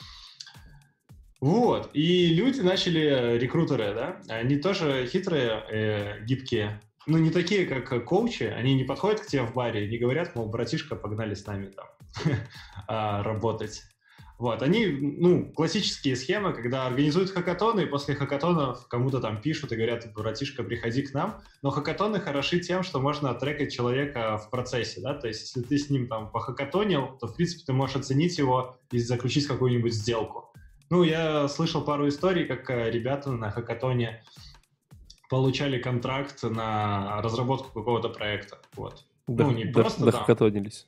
Вот. И люди начали, рекрутеры, да, они тоже хитрые, э, гибкие. Ну, не такие, как коучи. Они не подходят к тебе в баре и не говорят, мол, братишка, погнали с нами там работать. Вот, они, ну, классические схемы, когда организуют хакатоны, и после хакатонов кому-то там пишут и говорят, братишка, приходи к нам. Но хакатоны хороши тем, что можно трекать человека в процессе, да, то есть если ты с ним там похакатонил, то, в принципе, ты можешь оценить его и заключить какую-нибудь сделку. Ну, я слышал пару историй, как ребята на хакатоне получали контракт на разработку какого-то проекта, вот. Да, ну, не да, просто да, там. хакатонились.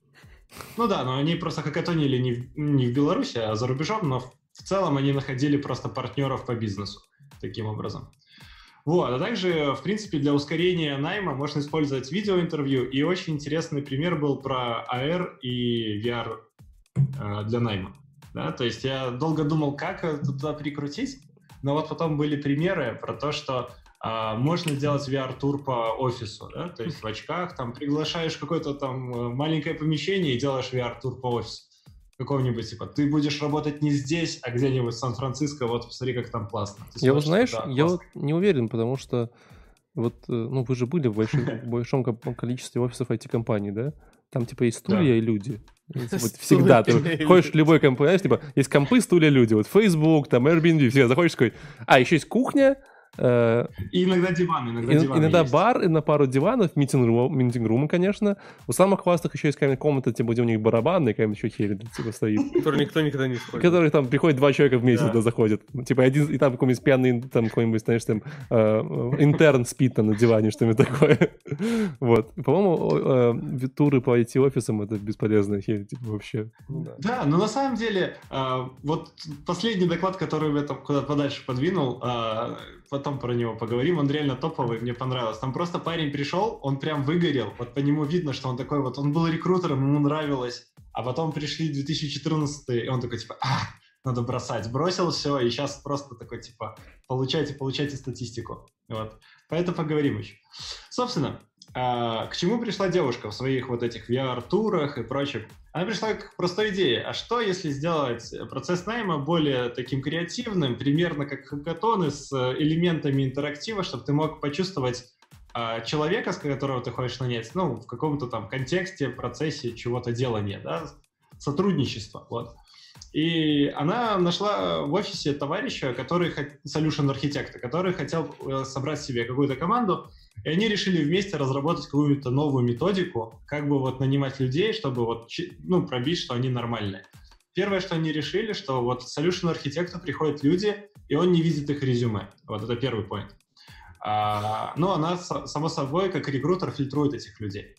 Ну да, но они просто хакатонили не в, не в Беларуси, а за рубежом, но в целом они находили просто партнеров по бизнесу таким образом. Вот, а также, в принципе, для ускорения найма можно использовать видеоинтервью, и очень интересный пример был про эй ар и ви ар э, для найма. Да? То есть я долго думал, как это туда прикрутить, но вот потом были примеры про то, что Uh, можно делать ви ар-тур по офису, да, то есть в очках, там, приглашаешь какое-то там маленькое помещение и делаешь ви ар-тур по офису. Какого-нибудь, типа, ты будешь работать не здесь, а где-нибудь в Сан-Франциско, вот, посмотри, как там классно. Ты я вот, знаешь, да, я классно. вот не уверен, потому что вот, ну, вы же были в большом, большом количестве офисов ай ти-компаний, да? Там, типа, есть стулья да. и люди. Вот всегда. Ты ходишь в любой компании, знаешь, типа, есть компы, стулья, люди. Вот Facebook, там, Airbnb, всегда заходишь такой, а, еще есть кухня, И иногда диван, иногда и, диван Иногда есть. бар, и на пару диванов, митинг-рум, митинг-рум, конечно. У самых классных еще есть какая-нибудь комната, типа, где у них барабанные, какая-нибудь еще херь, типа, стоит. Который никто никогда не использует. Которые там приходят два человека в месяц, да. да, заходят. Типа, один, и там какой-нибудь пьяный, там, какой-нибудь, знаешь, там, э, интерн спит там на диване, что-нибудь такое. Вот. По-моему, э, туры по ай ти-офисам — это бесполезная херь, типа, вообще. Да, да, но на самом деле, э, вот последний доклад, который я там куда-то подальше подвинул, э, потом про него поговорим, он реально топовый, мне понравилось. Там просто парень пришел, он прям выгорел, вот по нему видно, что он такой вот, он был рекрутером, ему нравилось, а потом пришли две тысячи четырнадцатый, и он такой, типа, а, надо бросать. Бросил все, и сейчас просто такой, типа, получайте, получайте статистику. Вот. Поэтому поговорим еще. Собственно, к чему пришла девушка в своих вот этих ви ар-турах и прочем? Она пришла к простой идее. А что, если сделать процесс найма более таким креативным, примерно как хакатоны, с элементами интерактива, чтобы ты мог почувствовать а, человека, с которого ты хочешь нанять, ну, в каком-то там контексте, процессе чего-то делания, да, сотрудничества, вот. И она нашла в офисе товарища, который, solution архитектор, который хотел собрать себе какую-то команду, и они решили вместе разработать какую-то новую методику, как бы вот нанимать людей, чтобы вот, ну, пробить, что они нормальные. Первое, что они решили, что вот solution архитектору приходят люди, и он не видит их резюме. Вот это первый поинт. А, ну, она, само собой, как рекрутер, фильтрует этих людей.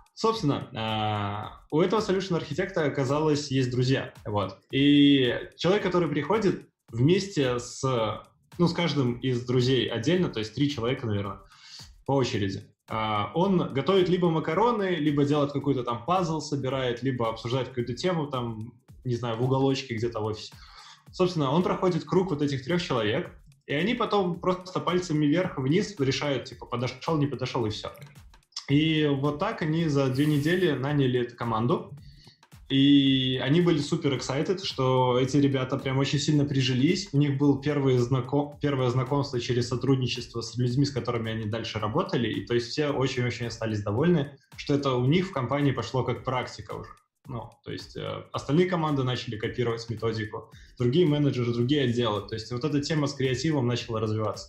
Собственно, у этого solution архитекта, оказалось, есть друзья. Вот. И человек, который приходит вместе с, ну, с каждым из друзей отдельно, то есть три человека, наверное, по очереди, он готовит либо макароны, либо делает какой-то там пазл, собирает, либо обсуждает какую-то тему, там, не знаю, в уголочке где-то в офисе. Собственно, он проходит круг вот этих трех человек, и они потом просто пальцами вверх-вниз решают, типа, подошел, не подошел, и все. И вот так они за две недели наняли эту команду. И они были супер excited, что эти ребята прям очень сильно прижились. У них было первое, знаком... первое знакомство через сотрудничество с людьми, с которыми они дальше работали. И то есть все очень-очень остались довольны, что это у них в компании пошло как практика уже. Ну, то есть э, остальные команды начали копировать методику, другие менеджеры, другие отделы. То есть вот эта тема с креативом начала развиваться.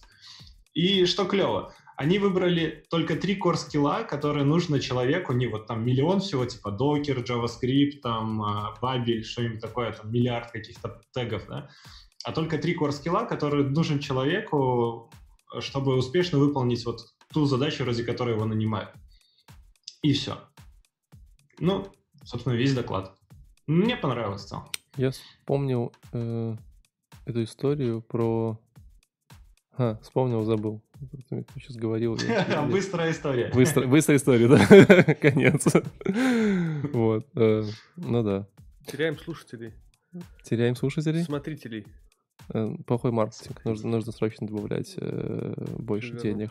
И что клево, они выбрали только три core-скилла, которые нужно человеку, не вот там миллион всего, типа Docker, JavaScript, там, Babel, что-нибудь такое, там миллиард каких-то тегов, да, а только три core-скилла, которые нужен человеку, чтобы успешно выполнить вот ту задачу, ради которой его нанимают. И все. Ну, собственно, весь доклад. Мне понравилось в целом. Я вспомнил э, эту историю про... А, вспомнил, забыл. Ты сейчас говорил. Быстрая история. Быстрая история, да. Конец. Вот. Ну да. Теряем слушателей. Теряем слушателей? Смотрителей. Плохой маркетинг. Нужно, нужно срочно добавлять больше денег.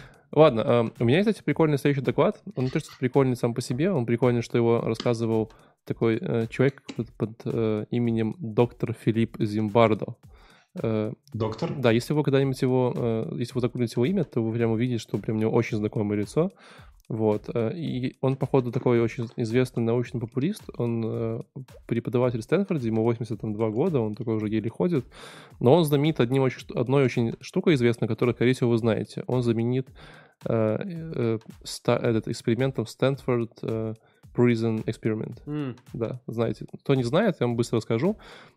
Ладно, у меня, кстати, прикольный следующий доклад. Он не то, что прикольный сам по себе, он прикольный, что его рассказывал такой человек под именем доктор Филипп Зимбардо. Доктор? Да, если вы когда-нибудь его, если вы загуглите его имя, то вы прямо увидите, что прям у него очень знакомое лицо. Вот. И он, походу, такой очень известный научный популист. Он преподаватель в Стэнфорде, ему восемьдесят два года, он такой уже еле ходит. Но он знаменит одним очень, одной очень штукой известной, которую, скорее всего, вы знаете. Он знаменит э, э, ста, этот экспериментом Stanford э, Prison Experiment. Mm. Да, знаете. Кто не знает, я вам быстро расскажу.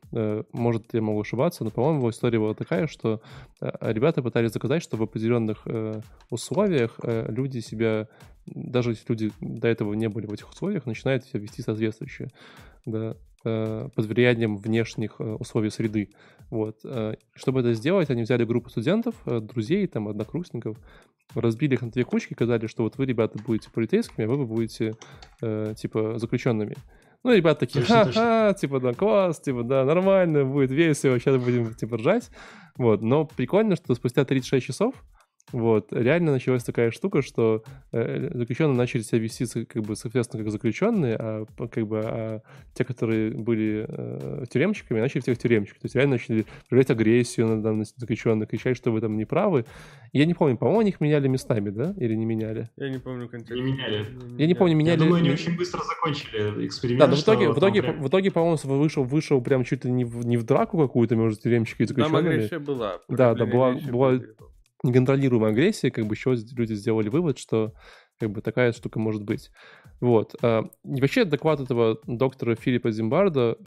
Может, я могу ошибаться, но, по-моему, его история была такая, что ребята пытались доказать, что в определенных условиях люди себя, даже если люди до этого не были в этих условиях, начинают себя вести соответствующе, да, под влиянием внешних условий среды. Вот. Чтобы это сделать, они взяли группу студентов, друзей, там, однокурсников, разбили их на две кучки, сказали, что вот вы, ребята, будете полицейскими, а вы будете, э, типа, заключенными. Ну, ребята такие, ха-ха, типа, да, класс, типа, да, нормально, будет весело, сейчас будем, типа, ржать. Вот, но прикольно, что спустя тридцать шесть часов вот, реально началась такая штука, что э, заключенные начали себя вести, как бы, соответственно, как заключенные, а, как бы, а те, которые были э, тюремщиками, начали всех тюремщиков. То есть реально начали проявлять агрессию на, на заключенных, кричать, что вы там не правы. И я не помню, по-моему, они их меняли местами, да? Или не меняли? Я не помню контекст. Не меняли. Я не помню, меняли... Я думаю, они очень быстро закончили эксперимент. Да, но в итоге, в итоге, прям... в итоге, по-моему, вышел, вышел прям чуть ли не в, не в драку какую-то между тюремщиками и заключенными. Там агрессия была. Да, да, была... была... неконтролируемая агрессия, как бы еще люди сделали вывод, что как бы такая штука может быть. Вот. И вообще доклад этого доктора Филиппа Зимбардо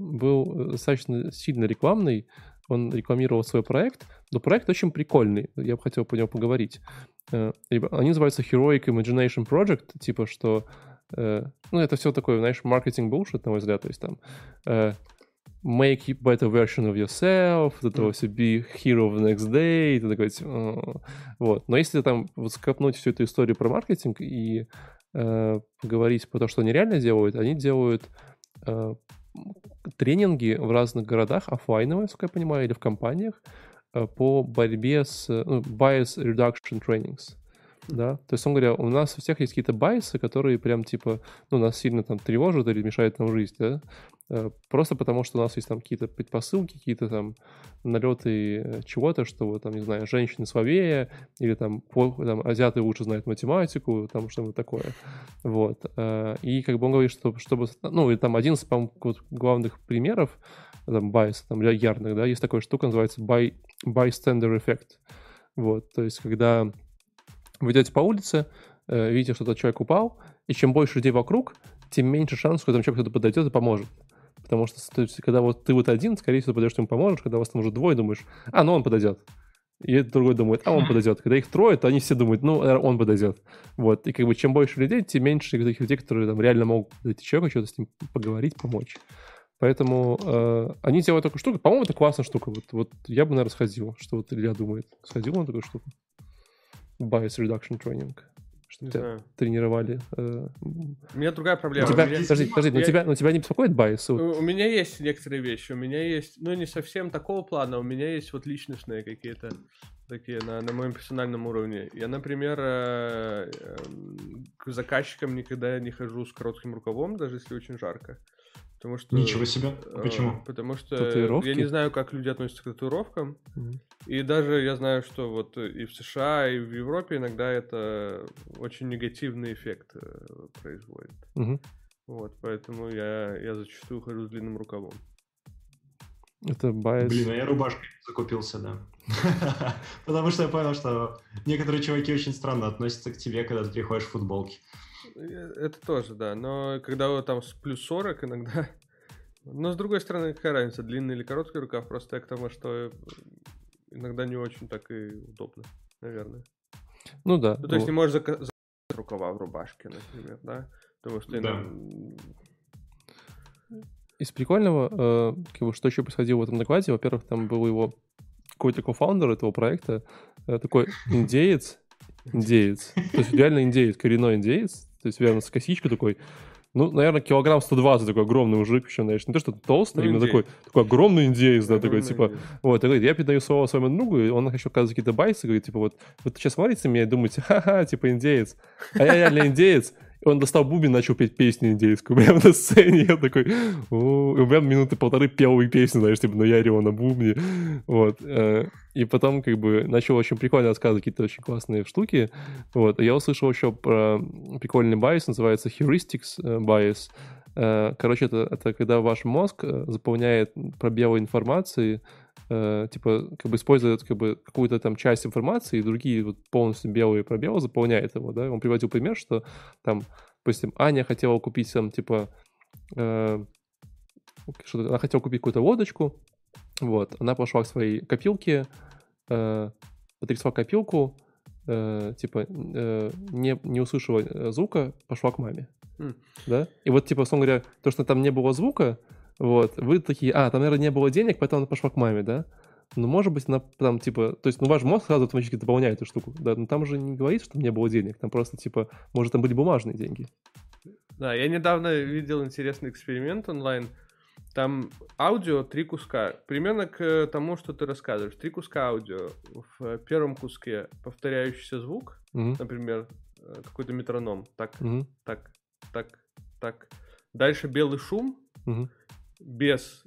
был достаточно сильно рекламный. Он рекламировал свой проект, но проект очень прикольный. Я бы хотел по нему поговорить. Они называются Heroic Imagination Project, типа что... Ну, это все такое, знаешь, маркетинг bullshit, на мой взгляд. То есть там... make better version of yourself, это mm. все be hero of the next day, это такой, oh. Вот. Но если там вот скопнуть всю эту историю про маркетинг и э, поговорить про то, что они реально делают, они делают э, тренинги в разных городах, офлайновые, насколько я понимаю, или в компаниях э, по борьбе с ну, bias reduction trainings. Да, то есть, он говоря, у нас у всех есть какие-то байсы, которые прям типа, ну, нас сильно там тревожат или мешают нам жизнь, да, просто потому что у нас есть там какие-то предпосылки, какие-то там налеты чего-то, что вот там, не знаю, женщины слабее, или там, там азиаты лучше знают математику, там что-то такое, вот, и как бы он говорит, что чтобы, ну, и там один из, по-моему, главных примеров, там, байса, там, ярных, да, есть такая штука, называется by, bystander effect, вот, то есть, когда вы идете по улице, видите, что тот человек упал, и чем больше людей вокруг, тем меньше шансов, что там человек кто-то подойдет и поможет. Потому что, то есть, когда вот ты вот один, скорее всего, подойдешь, ты ему поможешь, когда вас там уже двое, думаешь, а, ну он подойдет. И другой думает, а он подойдет. Когда их трое, то они все думают, ну, он подойдет. Вот. И как бы чем больше людей, тем меньше таких людей, которые там реально могут подойти человеку, что-то с ним поговорить, помочь. Поэтому э, они делают такую штуку. По-моему, это классная штука. Вот, вот я бы, наверное, сходил. Что вот Илья думает? Сходил на такую штуку? Bias reduction training. Что тебя тренировали. Э... У меня другая проблема. У тебя, меня... Подожди, подожди, я... но, тебя, но тебя не беспокоит bias? У, у меня есть некоторые вещи. У меня есть, ну, не совсем такого плана. У меня есть вот личностные какие-то такие на, на моем персональном уровне. Я, например, э, э, к заказчикам никогда не хожу с коротким рукавом, даже если очень жарко. Потому что, Ничего себе. Почему? Потому что Татуировки? я не знаю, как люди относятся к татуировкам. Мгм. И даже я знаю, что вот и в США, и в Европе иногда это очень негативный эффект э, производит. Мгм. Вот, поэтому я, я зачастую хожу с длинным рукавом. Это байс. Блин, а я рубашкой закупился, да. Потому что я понял, что некоторые чуваки очень странно относятся к тебе, когда ты приходишь в футболке. Э, Это тоже, да. Но когда вот там с плюс сорок иногда... Но с другой стороны, какая разница, длинный или короткий рукав? Просто я к тому, что иногда не очень так и удобно, наверное. Ну да. Ну, то есть вот. не можешь зака- заказать рукава в рубашке, например, да? Потому что... Да. иногда- Из прикольного, э, как бы, что еще происходило в этом докладе, во-первых, там был его какой-то кофаундер этого проекта, э, такой индеец, индеец, то есть реально индеец, коренной индеец, то есть реально с косичкой такой, ну, наверное, килограмм сто двадцать, такой огромный мужик, еще, знаешь, не то, что толстый, Ну, именно индеец. такой, такой огромный индеец, да, такой, Огромный типа, индеец. вот, и говорит, я передаю слово своему другу, и он еще оказывает какие-то байсы, говорит, типа, вот, вы сейчас смотрите на меня и думаете, ха-ха, типа, индеец, а я реально индеец. И он достал бубен, начал петь песню индейскую прямо на сцене. Я такой, о, и прям минуты полторы пел и песню, знаешь, типа, ну я орел на бубне. Вот. э, И потом, как бы, начал очень прикольно рассказывать какие-то очень классные штуки. Вот. И я услышал еще про прикольный байс, называется heuristics э, bias. Э, Короче, это, это когда ваш мозг э, заполняет пробелы информации, э, типа, как бы использует как бы какую-то там часть информации, и другие вот полностью белые пробелы заполняет его, да. Он приводил пример, что там, допустим, Аня хотела купить там, типа, э, что-то, она хотела купить какую-то лодочку, вот, она пошла к своей копилке, э, потрясла копилку, э, типа, э, не, не услышала э, звука, пошла к маме, М. да, и вот, типа, условно говоря, то, что там не было звука, вот, вы такие, а, там, наверное, не было денег, поэтому она пошла к маме, да, ну, может быть, она там, типа, то есть, ну, ваш мозг сразу автоматически дополняет эту штуку, да, но там же не говорится, что там не было денег, там просто, типа, может, там были бумажные деньги. Да, я недавно видел интересный эксперимент онлайн. Там аудио, три куска. Примерно к тому, что ты рассказываешь. Три куска аудио. В первом куске повторяющийся звук, Мгм, например, э, какой-то метроном. Так, мгм, так, так, так. Дальше белый шум мгм. без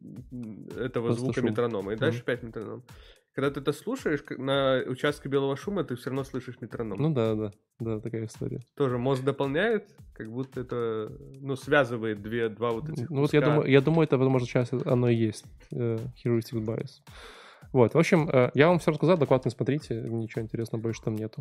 м, этого Просто звука шум. метронома. И дальше Мгм. опять метроном. Когда ты это слушаешь, к- на участке белого шума ты все равно слышишь метроном. Ну да, да, да, такая история. Тоже мозг дополняет, как будто это, ну, связывает две, два вот этих Ну вот я куска. думаю, я думаю, это, возможно, сейчас оно и есть, э, heuristic bias. Вот, в общем, э, я вам все рассказал, доклад не смотрите, ничего интересного больше там нету.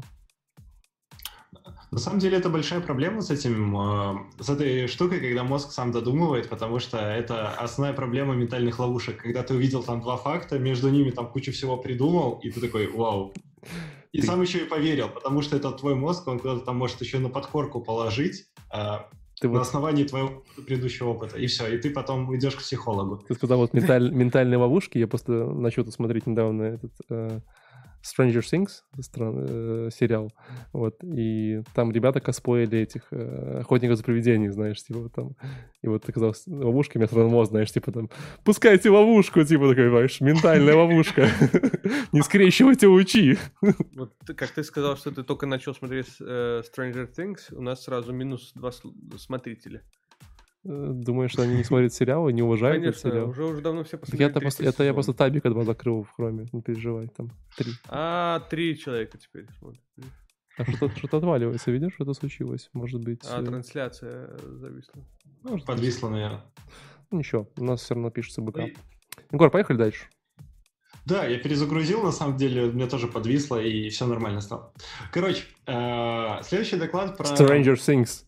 На самом деле это большая проблема с этим, э, с этой штукой, когда мозг сам додумывает, потому что это основная проблема ментальных ловушек. Когда ты увидел там два факта, между ними там кучу всего придумал, и ты такой, вау. И Ты- сам еще и поверил, потому что это твой мозг, он куда-то там может еще на подкорку положить, э, Ты на вот основании твоего предыдущего опыта, и все, и ты потом идешь к психологу. ты сказал вот менталь- ментальные ловушки, я просто начал тут смотреть недавно этот э, Stranger Things стран- э, сериал, вот, и там ребята косплеили этих э, охотников за привидениями, знаешь, типа вот там, и вот оказалось ловушка метрономоз, знаешь, типа там, пускайте ловушку, типа такой, знаешь, ментальная ловушка, не скрещивайте лучи. Вот ты- как ты сказал, что ты только начал смотреть э, Stranger Things, у нас сразу минус два сл- смотрителя. Э, Думаешь, что они не смотрят сериалы, не уважают этот Конечно, сериал? уже, уже давно все Так посмотрели. я-то третий просто, это я сезон. просто табик два закрыл в хроме, не переживай, там три. А, три человека теперь смотрят. А что-то, что-то отваливается, видишь, что-то случилось, может быть. А, э, трансляция зависла. может, Подвисло, наверное. ну, ничего, у нас все равно пишется бэкап. Егор, поехали дальше. Да, я перезагрузил, на самом деле, мне тоже подвисло, и все нормально стало. Короче, э, следующий доклад про... Stranger Things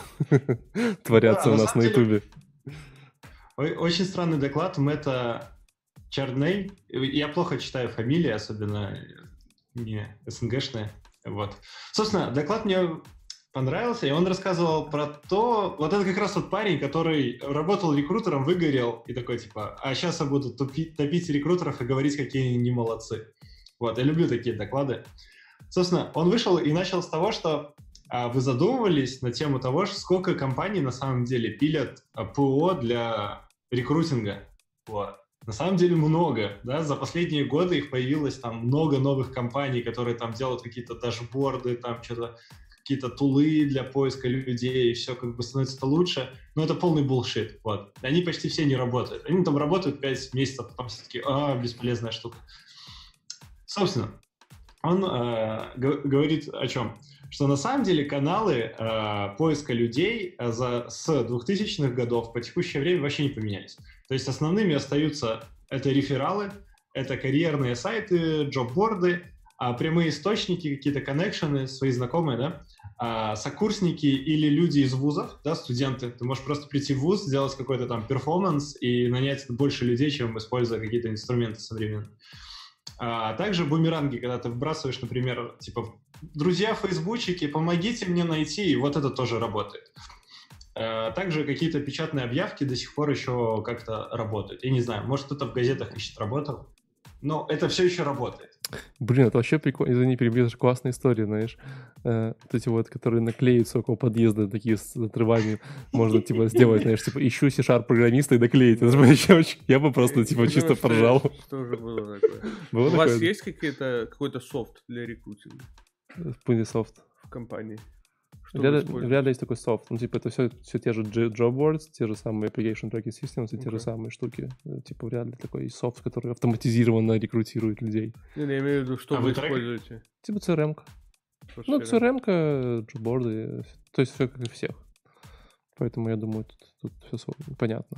творятся Да, у на нас на самом деле- ютубе. Ой, очень странный доклад Мэтта Чарней. Я плохо читаю фамилии, особенно не СНГшные. Вот. Собственно, доклад мне понравился, и он рассказывал про то... Вот это как раз тот парень, который работал рекрутером, выгорел, и такой, типа, а сейчас я буду тупить, топить рекрутеров и говорить, какие они не молодцы. Вот, я люблю такие доклады. Собственно, он вышел и начал с того, что а, вы задумывались на тему того, что сколько компаний на самом деле пилят а, ПО для рекрутинга. Вот. На самом деле много, да, за последние годы их появилось там много новых компаний, которые там делают какие-то дашборды, там что-то какие-то тулы для поиска людей, и все как бы становится лучше, но это полный булшит, вот. Они почти все не работают. Они там работают пять месяцев, потом все таки а, бесполезная штука. Собственно, он э, г- говорит о чем? Что на самом деле каналы э, поиска людей за, с двухтысячных годов по текущее время вообще не поменялись. То есть основными остаются это рефералы, это карьерные сайты, джобборды, а прямые источники, какие-то коннекшены, свои знакомые, да, а сокурсники или люди из вузов, да, студенты. Ты можешь просто прийти в вуз, сделать какой-то там перформанс и нанять больше людей, чем используя какие-то инструменты современные. А также бумеранги, когда ты вбрасываешь, например, типа, друзья, фейсбучики, помогите мне найти, и вот это тоже работает. А также какие-то печатные объявки до сих пор еще как-то работают. Я не знаю, может, кто-то в газетах ищет работу, но это все еще работает. Блин, это вообще прикольно. Извини, перебью, это классная история, знаешь. Э, вот эти вот, которые наклеятся около подъезда, такие с отрывами, можно, типа, сделать, знаешь, типа, ищу C-Sharp программиста и наклеить. Это же вообще очень... Я бы просто, типа, чисто поржал. Что же было такое? Было У такое? вас есть какие-то, какой-то софт для рекрутинга Punisoft. в компании? В реале есть такой софт. Ну, типа, это все, все те же job boards, те же самые application tracking systems и okay. те же самые штуки. Типа, в реале такой софт, который автоматизированно рекрутирует людей. Я имею в виду, что а вы вы используете? Типа си ар эм-ка. Ну, си ар эм-ка, джобборды, то есть все как и всех. Поэтому я думаю, тут, тут все понятно.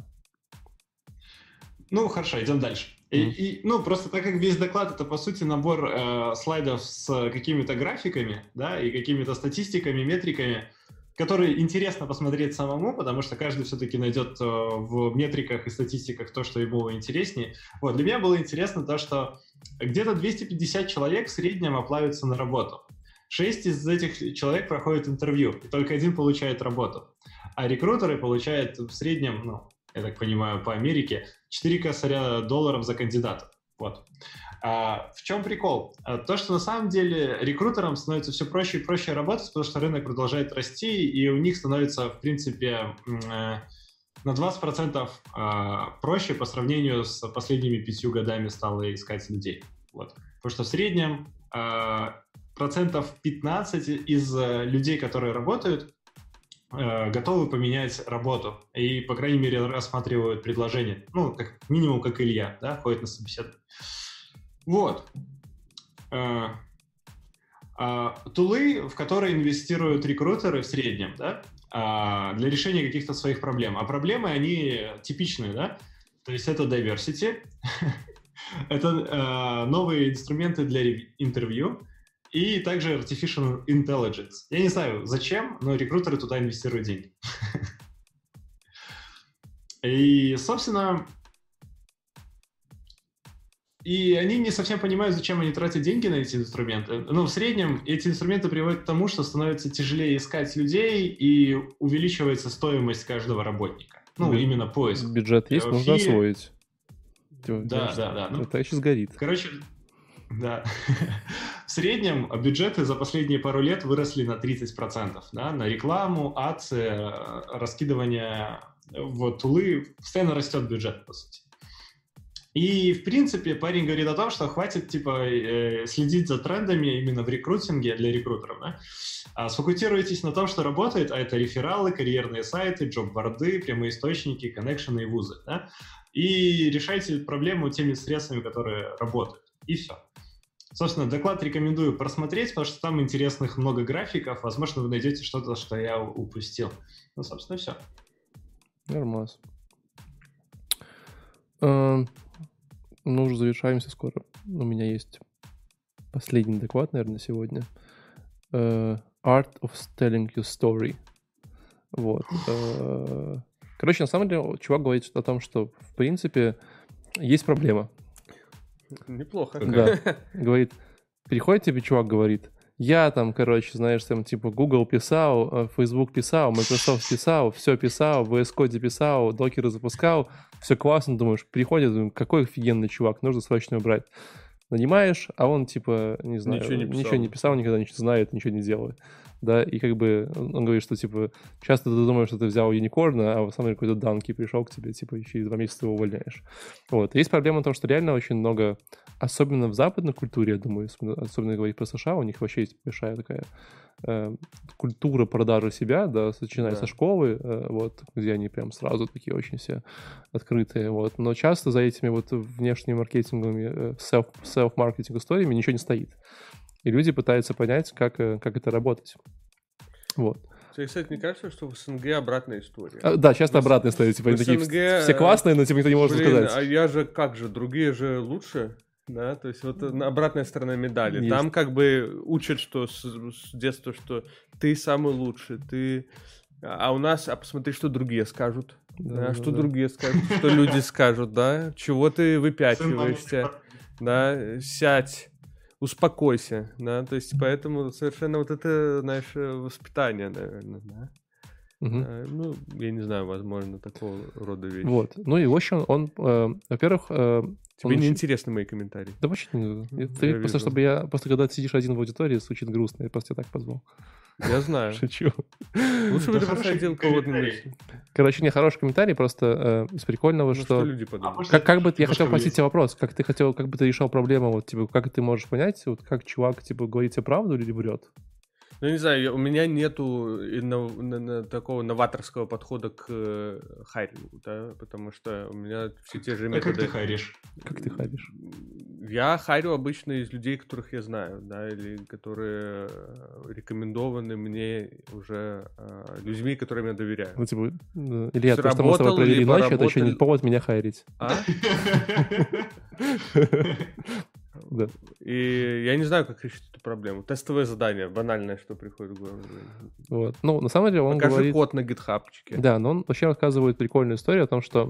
Ну, хорошо, идем дальше. И, mm. и, ну, просто так как весь доклад — это, по сути, набор э, слайдов с какими-то графиками, да, и какими-то статистиками, метриками, которые интересно посмотреть самому, потому что каждый все-таки найдет э, в метриках и статистиках то, что ему интереснее. Вот, для меня было интересно то, что где-то двести пятьдесят человек в среднем оплавятся на работу. Шесть из этих человек проходят интервью, и только один получает работу. А рекрутеры получают в среднем, ну, я так понимаю, по Америке, четыре косаря долларов за кандидата. Вот. А в чем прикол? А то, что на самом деле рекрутерам становится все проще и проще работать, потому что рынок продолжает расти, и у них становится, в принципе, на двадцать процентов проще по сравнению с последними пятью годами стало искать людей. Вот. Потому что в среднем процентов пятнадцать из людей, которые работают, готовы поменять работу и, по крайней мере, рассматривают предложение. Ну, как минимум, как Илья, да, ходит на собеседование. Вот. А, а, тулы, в которые инвестируют рекрутеры в среднем, да, а, для решения каких-то своих проблем. А проблемы, они типичные, да, то есть это diversity, это а, новые инструменты для интервью, и также artificial intelligence. Я не знаю, зачем, но рекрутеры туда инвестируют деньги. И, собственно, и они не совсем понимают, зачем они тратят деньги на эти инструменты. Но в среднем эти инструменты приводят к тому, что становится тяжелее искать людей и увеличивается стоимость каждого работника. Ну, Бю- именно поиск. Бюджет есть, нужно освоить. Да, да, да. Ну, это еще сгорит. Короче... Да. В среднем бюджеты за последние пару лет выросли на тридцать процентов, да, на рекламу, адсы, раскидывание в тулы. Постоянно растет бюджет, по сути. И, в принципе, парень говорит о том, что хватит, типа, следить за трендами именно в рекрутинге для рекрутеров, да. А сфокусируйтесь на том, что работает, а это рефералы, карьерные сайты, джоб-борды, прямые источники, коннекшены и вузы, да. И решайте проблему теми средствами, которые работают. И все. Собственно, доклад рекомендую просмотреть, потому что там интересных много графиков. Возможно, вы найдете что-то, что я упустил. Ну, собственно, все. Нормас. А, ну, уже завершаемся скоро. У меня есть последний доклад, наверное, сегодня. Uh, Art of Telling Your Story. Вот. Uh, короче, на самом деле, чувак говорит о том, что, в принципе, есть проблема. Неплохо. Да. Говорит, приходит тебе чувак, говорит, я там, короче, знаешь, там, типа, Google писал, Facebook писал, Microsoft писал, все писал, в ви эс Code писал, докеры запускал, все классно, думаешь, приходит, думаю, какой офигенный чувак, нужно срочно его брать. Нанимаешь, а он, типа, не знаю, ничего не писал, ничего не писал никогда, ничего знает, ничего не делает. да, и как бы он говорит, что, типа, часто ты думаешь, что ты взял юникорна, а в самом деле какой-то данки пришел к тебе, типа, и через два месяца его увольняешь. Вот. Есть проблема в том, что реально очень много, особенно в западной культуре, я думаю, особенно говорить про США, у них вообще есть большая такая э, культура продажи себя, да, начиная Да. со школы, э, вот, где они прям сразу такие очень все открытые, вот. Но часто за этими вот внешними маркетинговыми, self, self-маркетинг историями ничего не стоит. И люди пытаются понять, как, как это работать. Вот. Кстати, мне кажется, что в СНГ обратная история. А, да, часто в обратная история. Типа, они такие, СНГ, все классные, но типа никто не может блин, сказать. А я же, как же, другие же лучше, да? То есть вот обратная сторона медали. Есть. Там как бы учат, что с, с детства, что ты самый лучший, ты... А у нас, а посмотри, что другие скажут. Да, Да, да, что да. другие скажут, что люди скажут, да? Чего ты выпячиваешься, да? Сядь. Успокойся, да, то есть поэтому совершенно вот это, знаешь, воспитание, наверное, да. Мгм. А, ну, я не знаю, возможно, такого рода вещи. Вот. Ну и, в общем, он, э, во-первых... э, Тебе он не очень- интересны мои комментарии? Да вообще не надо. Я Ты просто, вижу. чтобы я... Просто когда ты сидишь один в аудитории, звучит грустно. Я просто тебя так позвал. Я знаю. Шучу. Лучше бы Да ты хороший посадил кого-то на комментарий. месте. Короче, не хороший комментарий, просто э, из прикольного, Ну, что что... люди А подумают. может, Как, как бы я немножко хотел спросить влезть. тебя вопрос, как ты хотел, как бы ты решал проблему, вот, типа, как ты можешь понять, вот, как чувак, типа, говорит тебе правду или врет? Ну, не знаю, я- у меня нету инно- на- на- такого новаторского подхода к э, хайрингу, да, потому что у меня все те же А как ты методы. харишь? Как ты харишь? Я харю обычно из людей, которых я знаю, да, или которые э, рекомендованы мне уже э, людьми, которым я доверяю. Ну, типа, э, Илья, то, что мы с тобой Сработал, провели либо ночь, это еще не работали- повод меня хайрить. А? Да. И я не знаю, как решить эту проблему. Тестовое задание, банальное, что приходит в голову. Вот. Ну, на самом деле он Покажи говорит... код на гитхабчике. Да, но он вообще рассказывает прикольную историю о том, что,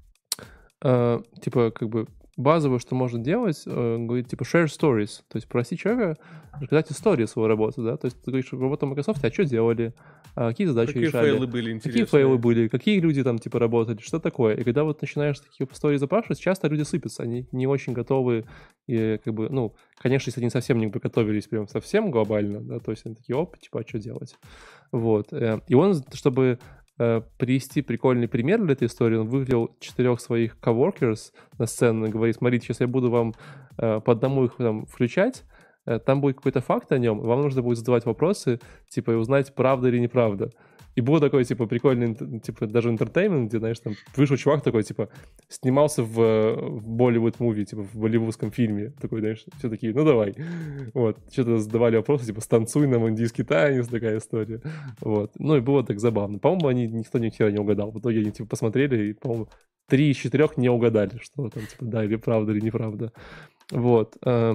э, типа, как бы, базовое, что можно делать, э, говорит, типа, share stories, то есть проси человека рассказать историю своей работы, да, то есть ты говоришь, работа в Microsoft, а что делали, а какие задачи Какие решали, фейлы были интересные? какие фейлы были, какие люди там, типа, работали, что такое, и когда вот начинаешь такие истории запрашивать, часто люди сыпятся, они не очень готовы, и, как бы, ну, конечно, если они совсем не готовились прям совсем глобально, да, то есть они такие, оп, типа, а что делать, вот, э, и он, чтобы э, привести прикольный пример для этой истории, он вывел четырех своих coworkers на сцену и говорит, смотрите, сейчас я буду вам э, по одному их там включать, э, там будет какой-то факт о нем, и вам нужно будет задавать вопросы, типа, и узнать, правда или неправда. И был такой, типа, прикольный, ин- типа, даже entertainment, где, знаешь, там вышел чувак такой, типа, снимался в, э, в Bollywood-муви, типа, в болливудском фильме. Такой, знаешь, все такие, ну давай. Вот, что-то задавали вопросы, типа, станцуй нам индийский танец, такая история. Вот, ну и было так забавно. По-моему, они, никто ни хера не угадал. В итоге они, типа, посмотрели и, по-моему, три из четырех не угадали, что там, типа, да, или правда, или неправда. Вот.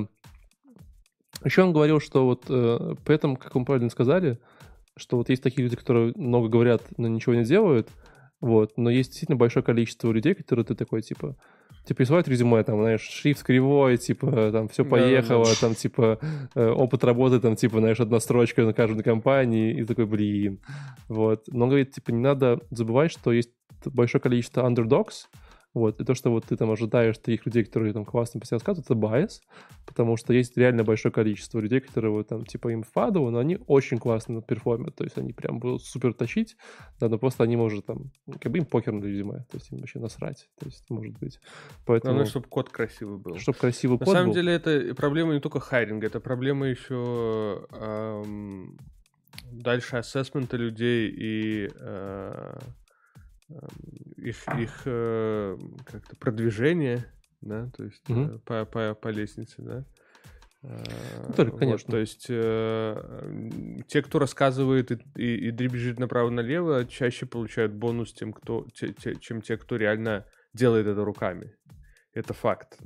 Еще он говорил, что вот э, при этом, как вы правильно сказали, что вот есть такие люди, которые много говорят, но ничего не делают, вот, но есть действительно большое количество людей, которые ты такой, типа, тебе присылают резюме, там, знаешь, шрифт кривой, типа, там, все поехало, Да-да-да. там, типа, э, опыт работы, там, типа, знаешь, одна строчка на каждой компании, и такой, блин, вот. Но, говорит, типа, не надо забывать, что есть большое количество underdogs, вот, и то, что вот ты там ожидаешь таких людей, которые там классно по себе рассказывают, это байс, потому что есть реально большое количество людей, которые вот там, типа, им впадало, но они очень классно перформят, то есть они прям будут супер тащить, да, но просто они, может, там, как бы им покер на резюме, то есть им вообще насрать, то есть, может быть, поэтому... Главное, чтобы код красивый был. Чтобы красивый На код самом был. деле это проблема не только хайринга, это проблема еще эм, дальше ассессмента людей и э, эм, их, их э, как-то продвижения, да, то есть Мгм. э, по, по, по лестнице, да. Э, Ну, только, вот, конечно. то есть э, м, те, кто рассказывает и, и, и дребезжит направо-налево, чаще получают бонус, тем, кто, те- те- чем те, кто реально делает это руками. Это факт.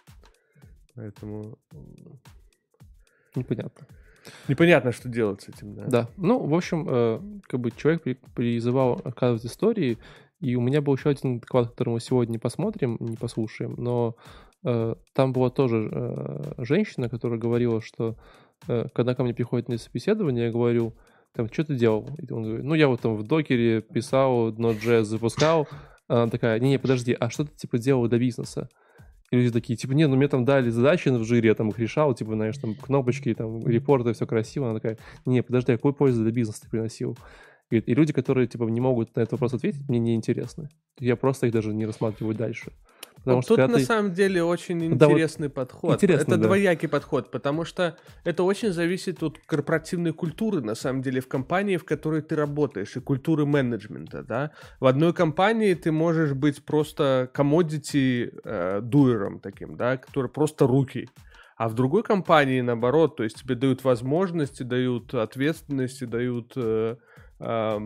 Поэтому м, Непонятно. непонятно, что делать с этим, да. Да. Ну, в общем, э, как бы человек при- призывал рассказывать истории, и у меня был еще один доклад, который мы сегодня не посмотрим, не послушаем, но э, там была тоже э, женщина, которая говорила, что э, когда ко мне приходит на собеседование, я говорю, там, что ты делал? И он говорит, ну, я вот там в докере писал, Node.js запускал. Она такая, не-не, подожди, а что ты, типа, делал для бизнеса? И люди такие, типа, не, ну мне там дали задачи в жире, я там их решал, типа, знаешь, там кнопочки, там репорты, все красиво. Она такая, не, подожди, а какую пользу для бизнеса ты приносил? И, и люди, которые, типа, не могут на этот вопрос ответить, мне не интересны. Я просто их даже не рассматриваю дальше. Потому вот что тут на ты... самом деле очень да, интересный вот подход. Интересно, это да. двоякий подход, потому что это очень зависит от корпоративной культуры, на самом деле, в компании, в которой ты работаешь, и культуры менеджмента, да. В одной компании ты можешь быть просто commodity э, дуэром таким, да, который просто руки. А в другой компании, наоборот, то есть тебе дают возможности, дают ответственности, дают э, э,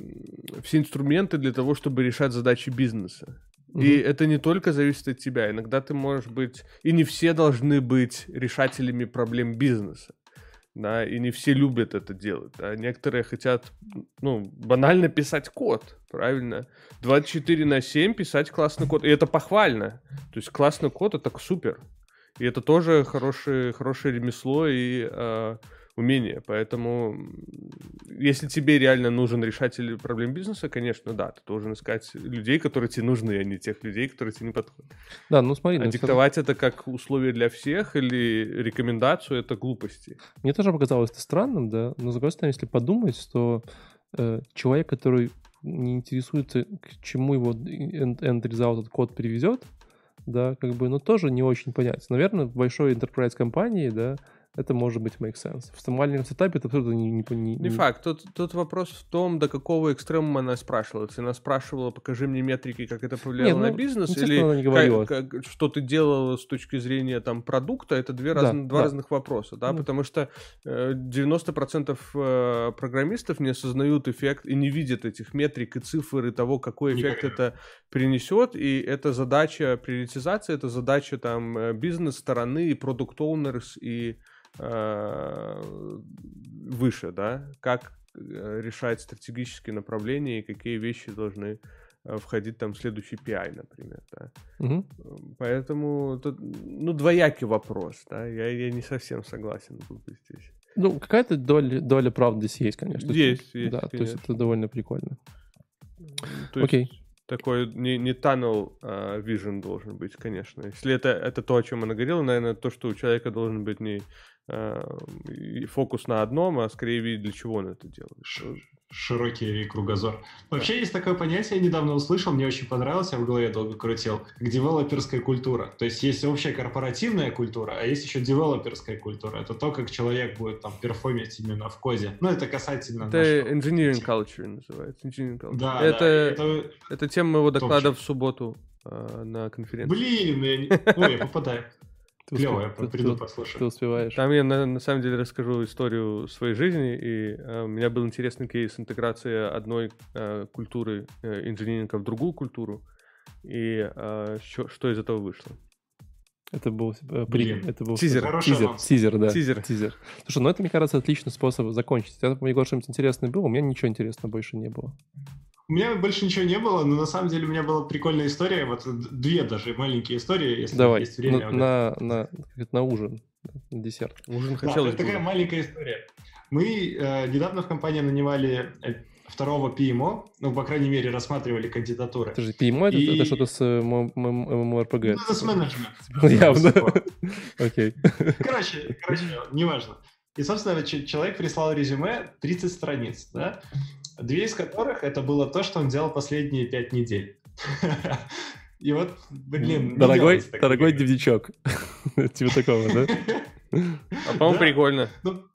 все инструменты для того, чтобы решать задачи бизнеса. И угу. это не только зависит от тебя. Иногда ты можешь быть... И не все должны быть решателями проблем бизнеса. Да? И не все любят это делать. Да? Некоторые хотят, ну, банально писать код. Правильно? двадцать четыре на семь писать классный код. И это похвально. То есть классный код — это супер. И это тоже хорошее, хорошее ремесло и э, умение. Поэтому, если тебе реально нужен решатель проблем бизнеса, конечно, да, ты должен искать людей, которые тебе нужны, а не тех людей, которые тебе не подходят. Да, ну смотри. А ну, диктовать это как условие для всех или рекомендацию — это глупости. Мне тоже показалось это странным, да, но с другой стороны, если подумать, то э, человек, который не интересуется, к чему его end result этот код привезет, да, как бы, ну, тоже не очень понять. Наверное, в большой enterprise компании, да, это может быть make sense. В маленьком сетапе это абсолютно не... Не, не, не факт. Тут, тут вопрос в том, до какого экстремума она спрашивала. Если она спрашивала, покажи мне метрики, как это повлияло Нет, ну, на бизнес, или она не говорила. Как, как, что ты делала с точки зрения там, продукта, это две раз, да, два да. разных вопроса. Да? Mm. Потому что э, девяносто процентов э, программистов не осознают эффект и не видят этих метрик и цифр, и того, какой эффект Никогда. это принесет. И это задача приоритизации, это задача там, бизнес-стороны, и продукт-оунерс, и выше, да, как решать стратегические направления и какие вещи должны входить там в следующий пи ай, например, да. Угу. Поэтому тут, ну, двоякий вопрос, да, я, я не совсем согласен был бы здесь. Ну, какая-то доля, доля правды здесь есть, конечно. Есть, есть, да, конечно. То есть это довольно прикольно. То Окей. Есть... Такой не, не tunnel uh, vision должен быть, конечно. Если это, это то, о чем она говорила, наверное, то, что у человека должен быть не uh, фокус на одном, а скорее видеть, для чего он это делает. Широкий кругозор. Вообще есть такое понятие, я недавно услышал, мне очень понравилось, я в голове долго крутил, как девелоперская культура. То есть есть общая корпоративная культура, а есть еще девелоперская культура. Это то, как человек будет там перформить именно в коде. Ну, это касательно Это нашего... engineering culture называется. Engineering culture. Да, это, да. Это... это тема моего доклада в субботу э, на конференции. Блин, я, не... Ой, я попадаю. Клево, я приду послушаю. Ты успеваешь. Там я на, на самом деле расскажу историю своей жизни, и э, у меня был интересный кейс интеграции одной э, культуры э, инжиниринга в другую культуру, и э, что, что из этого вышло. Это был, э, при... это был тизер. Тизер, тизер, да. Тизер. Тизер. Слушай, ну это, мне кажется, отличный способ закончить. У тебя, что-нибудь интересное было? У меня ничего интересного больше не было. У меня больше ничего не было, но на самом деле у меня была прикольная история, вот две даже маленькие истории, если Давай, есть время. На, вот на, на, на ужин, на десерт. Ужин да, хотелось. Это такая маленькая история. Мы э, недавно в компании нанимали второго пи эм о, ну, по крайней мере, рассматривали кандидатуры. Это же пи эм о, и... это, это что-то с MMORPG? Ну, это с менеджментом. Явно. Окей. Короче, короче, неважно. И, собственно, человек прислал резюме тридцать страниц, да? Две из которых это было то, что он делал последние пять недель. И вот, блин... Дорогой, дорогой дневничок. Типа такого, да? А по-моему, прикольно.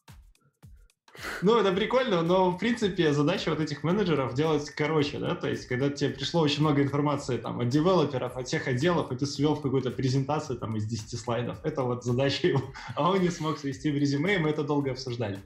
Ну, это прикольно, но, в принципе, задача вот этих менеджеров делать короче, да? То есть, когда тебе пришло очень много информации там от девелоперов, от всех отделов, и ты свел в какую-то презентацию там из десяти слайдов, это вот задача его. А он не смог свести в резюме, и мы это долго обсуждали.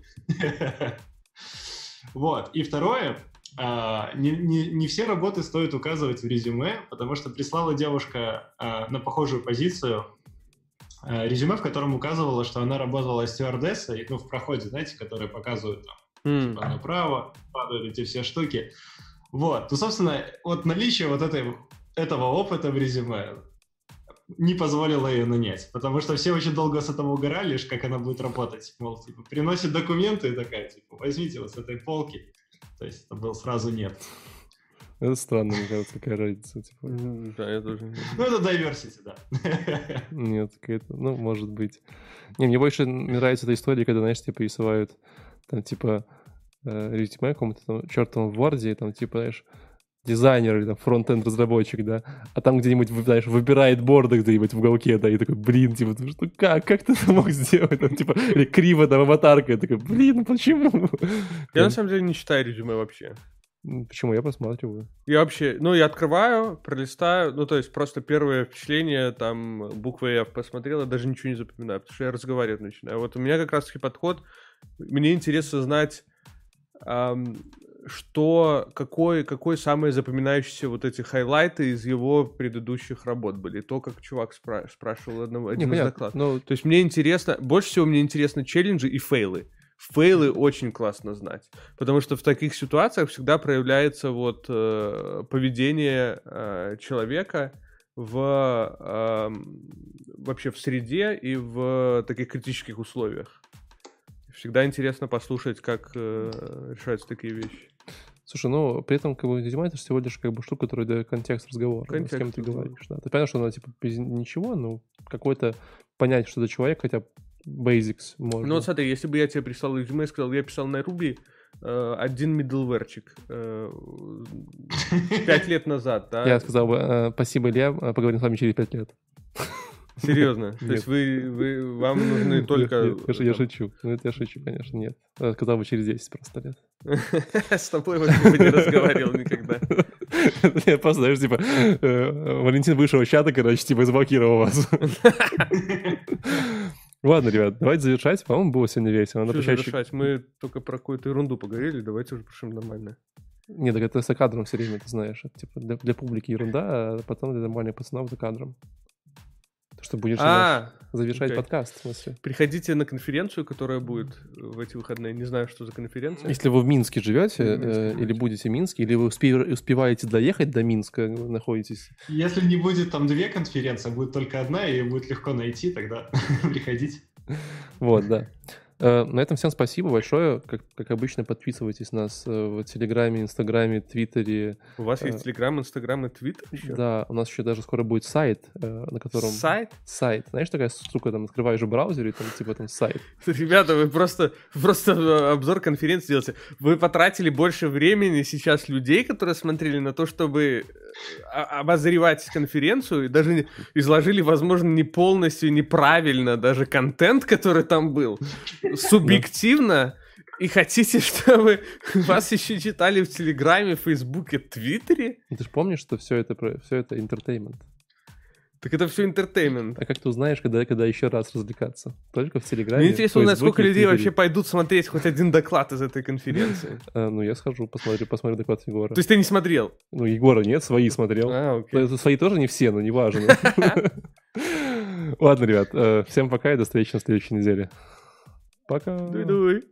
Вот. И второе, а, не, не, не все работы стоит указывать в резюме, потому что прислала девушка а, на похожую позицию а, резюме, в котором указывала, что она работала стюардессой, ну, в проходе, знаете, которые показывают там, mm. типа, направо, падают эти все штуки. Вот. Ну, собственно, вот наличие вот этой, этого опыта в резюме не позволило ее нанять, потому что все очень долго с этого угорали, как она будет работать. Мол, типа, приносит документы и такая, типа, возьмите вот с этой полки. То есть это был сразу нет. Это странно, мне кажется, какая разница. Типа. Да, я тоже. Ну, это diversity, да. Нет, какая-то, ну, может быть. Не, мне больше нравится эта история, когда, знаешь, типа, рисовают там, типа, э, резюме какому-то там чертовом Word, там, типа, знаешь, дизайнер или там фронт-энд разработчик, да, а там где-нибудь, знаешь, выбирает борды где-нибудь в уголке, да, и такой, блин, типа, что, как, как ты это мог сделать, там, типа, или криво там аватарка, я такой, блин, ну почему? Я на самом деле не читаю резюме вообще. Почему? Я просматриваю. Я вообще, ну, я открываю, пролистаю, ну, то есть просто первое впечатление, там, буквы F посмотрел, я даже ничего не запоминаю, потому что я разговаривать начинаю. Вот у меня как раз-таки подход, мне интересно знать, эм, что, какой, какой самые запоминающиеся вот эти хайлайты из его предыдущих работ были. То, как чувак спра- спрашивал одного, один Не, из понятно, докладов. но... То есть мне интересно, больше всего мне интересны челленджи и фейлы. Фейлы очень классно знать, потому что в таких ситуациях всегда проявляется вот э, поведение э, человека в э, вообще в среде и в таких критических условиях. Всегда интересно послушать, как э, решаются такие вещи. Слушай, ну, при этом, как бы, резюме — это же всего лишь, как бы, штука, которая дает контекст разговора, Контекст да, с кем ты разговора. говоришь, да. Ты понимаешь, что она, типа, без ничего, ну, какой-то понять, что это человек, хотя бы basics можно. Ну, вот смотри, если бы я тебе прислал резюме и сказал, я писал на Ruby э, один middleware'чик э, пять лет назад, да? Я сказал бы, э, спасибо, Илья, поговорим с вами через пять лет. Серьезно? То есть вы, вы, вам нужны только... Нет, нет, я, я шучу. Ну, это я шучу, конечно, нет. Я сказал бы через десять просто лет. С тобой вообще бы не разговаривал никогда. Я просто, знаешь, типа, Валентин вышел из чата, короче, типа, заблокировал вас. Ладно, ребят, давайте завершать. По-моему, было сегодня весело. Что завершать? Мы только про какую-то ерунду поговорили, давайте уже пришли нормально. Не, так это за кадром все время, ты знаешь. Это, типа, для, для публики ерунда, а потом для нормальных пацанов за кадром. Что будешь А, завершать окей. подкаст, в смысле. Приходите на конференцию, которая будет в эти выходные. Не знаю, что за конференция. Если вы в Минске живете, В Минске э, живете. или будете в Минске, или вы успе- успеваете доехать до Минска, находитесь. Если не будет там две конференции, а будет только одна, и будет легко найти, тогда приходите. Вот, да. Э, На этом всем спасибо большое. Как, как обычно, подписывайтесь на нас э, в Телеграме, Инстаграме, Твиттере. У вас э, есть Телеграм, Инстаграм и Твиттер еще? Да, у нас еще даже скоро будет сайт, э, на котором... Сайт? Сайт. Знаешь, такая штука, там, открываешь в браузере, там, типа, там, сайт. Ребята, вы просто, просто обзор конференции делаете. Вы потратили больше времени сейчас людей, которые смотрели на то, чтобы а- обозревать конференцию, и даже не- изложили, возможно, не полностью, неправильно даже контент, который там был. Субъективно. И хотите, чтобы вас еще читали в Телеграме, Фейсбуке, Твиттере? Ты же помнишь, что все это, про- все это entertainment. Так это все интертеймент. А как ты узнаешь, когда, когда еще раз развлекаться? Только в Телеграме, Мне интересно узнать, Фейсбуке, сколько людей Твиттере. вообще пойдут смотреть хоть один доклад из этой конференции. А, ну, я схожу, посмотрю, посмотрю доклад Егора. То есть ты не смотрел? Ну, Егора нет, свои смотрел. А, окей. Это Свои тоже не все, но неважно. Ладно, ребят, э, всем пока и до встречи на следующей неделе. Пока. Дуй-дуй.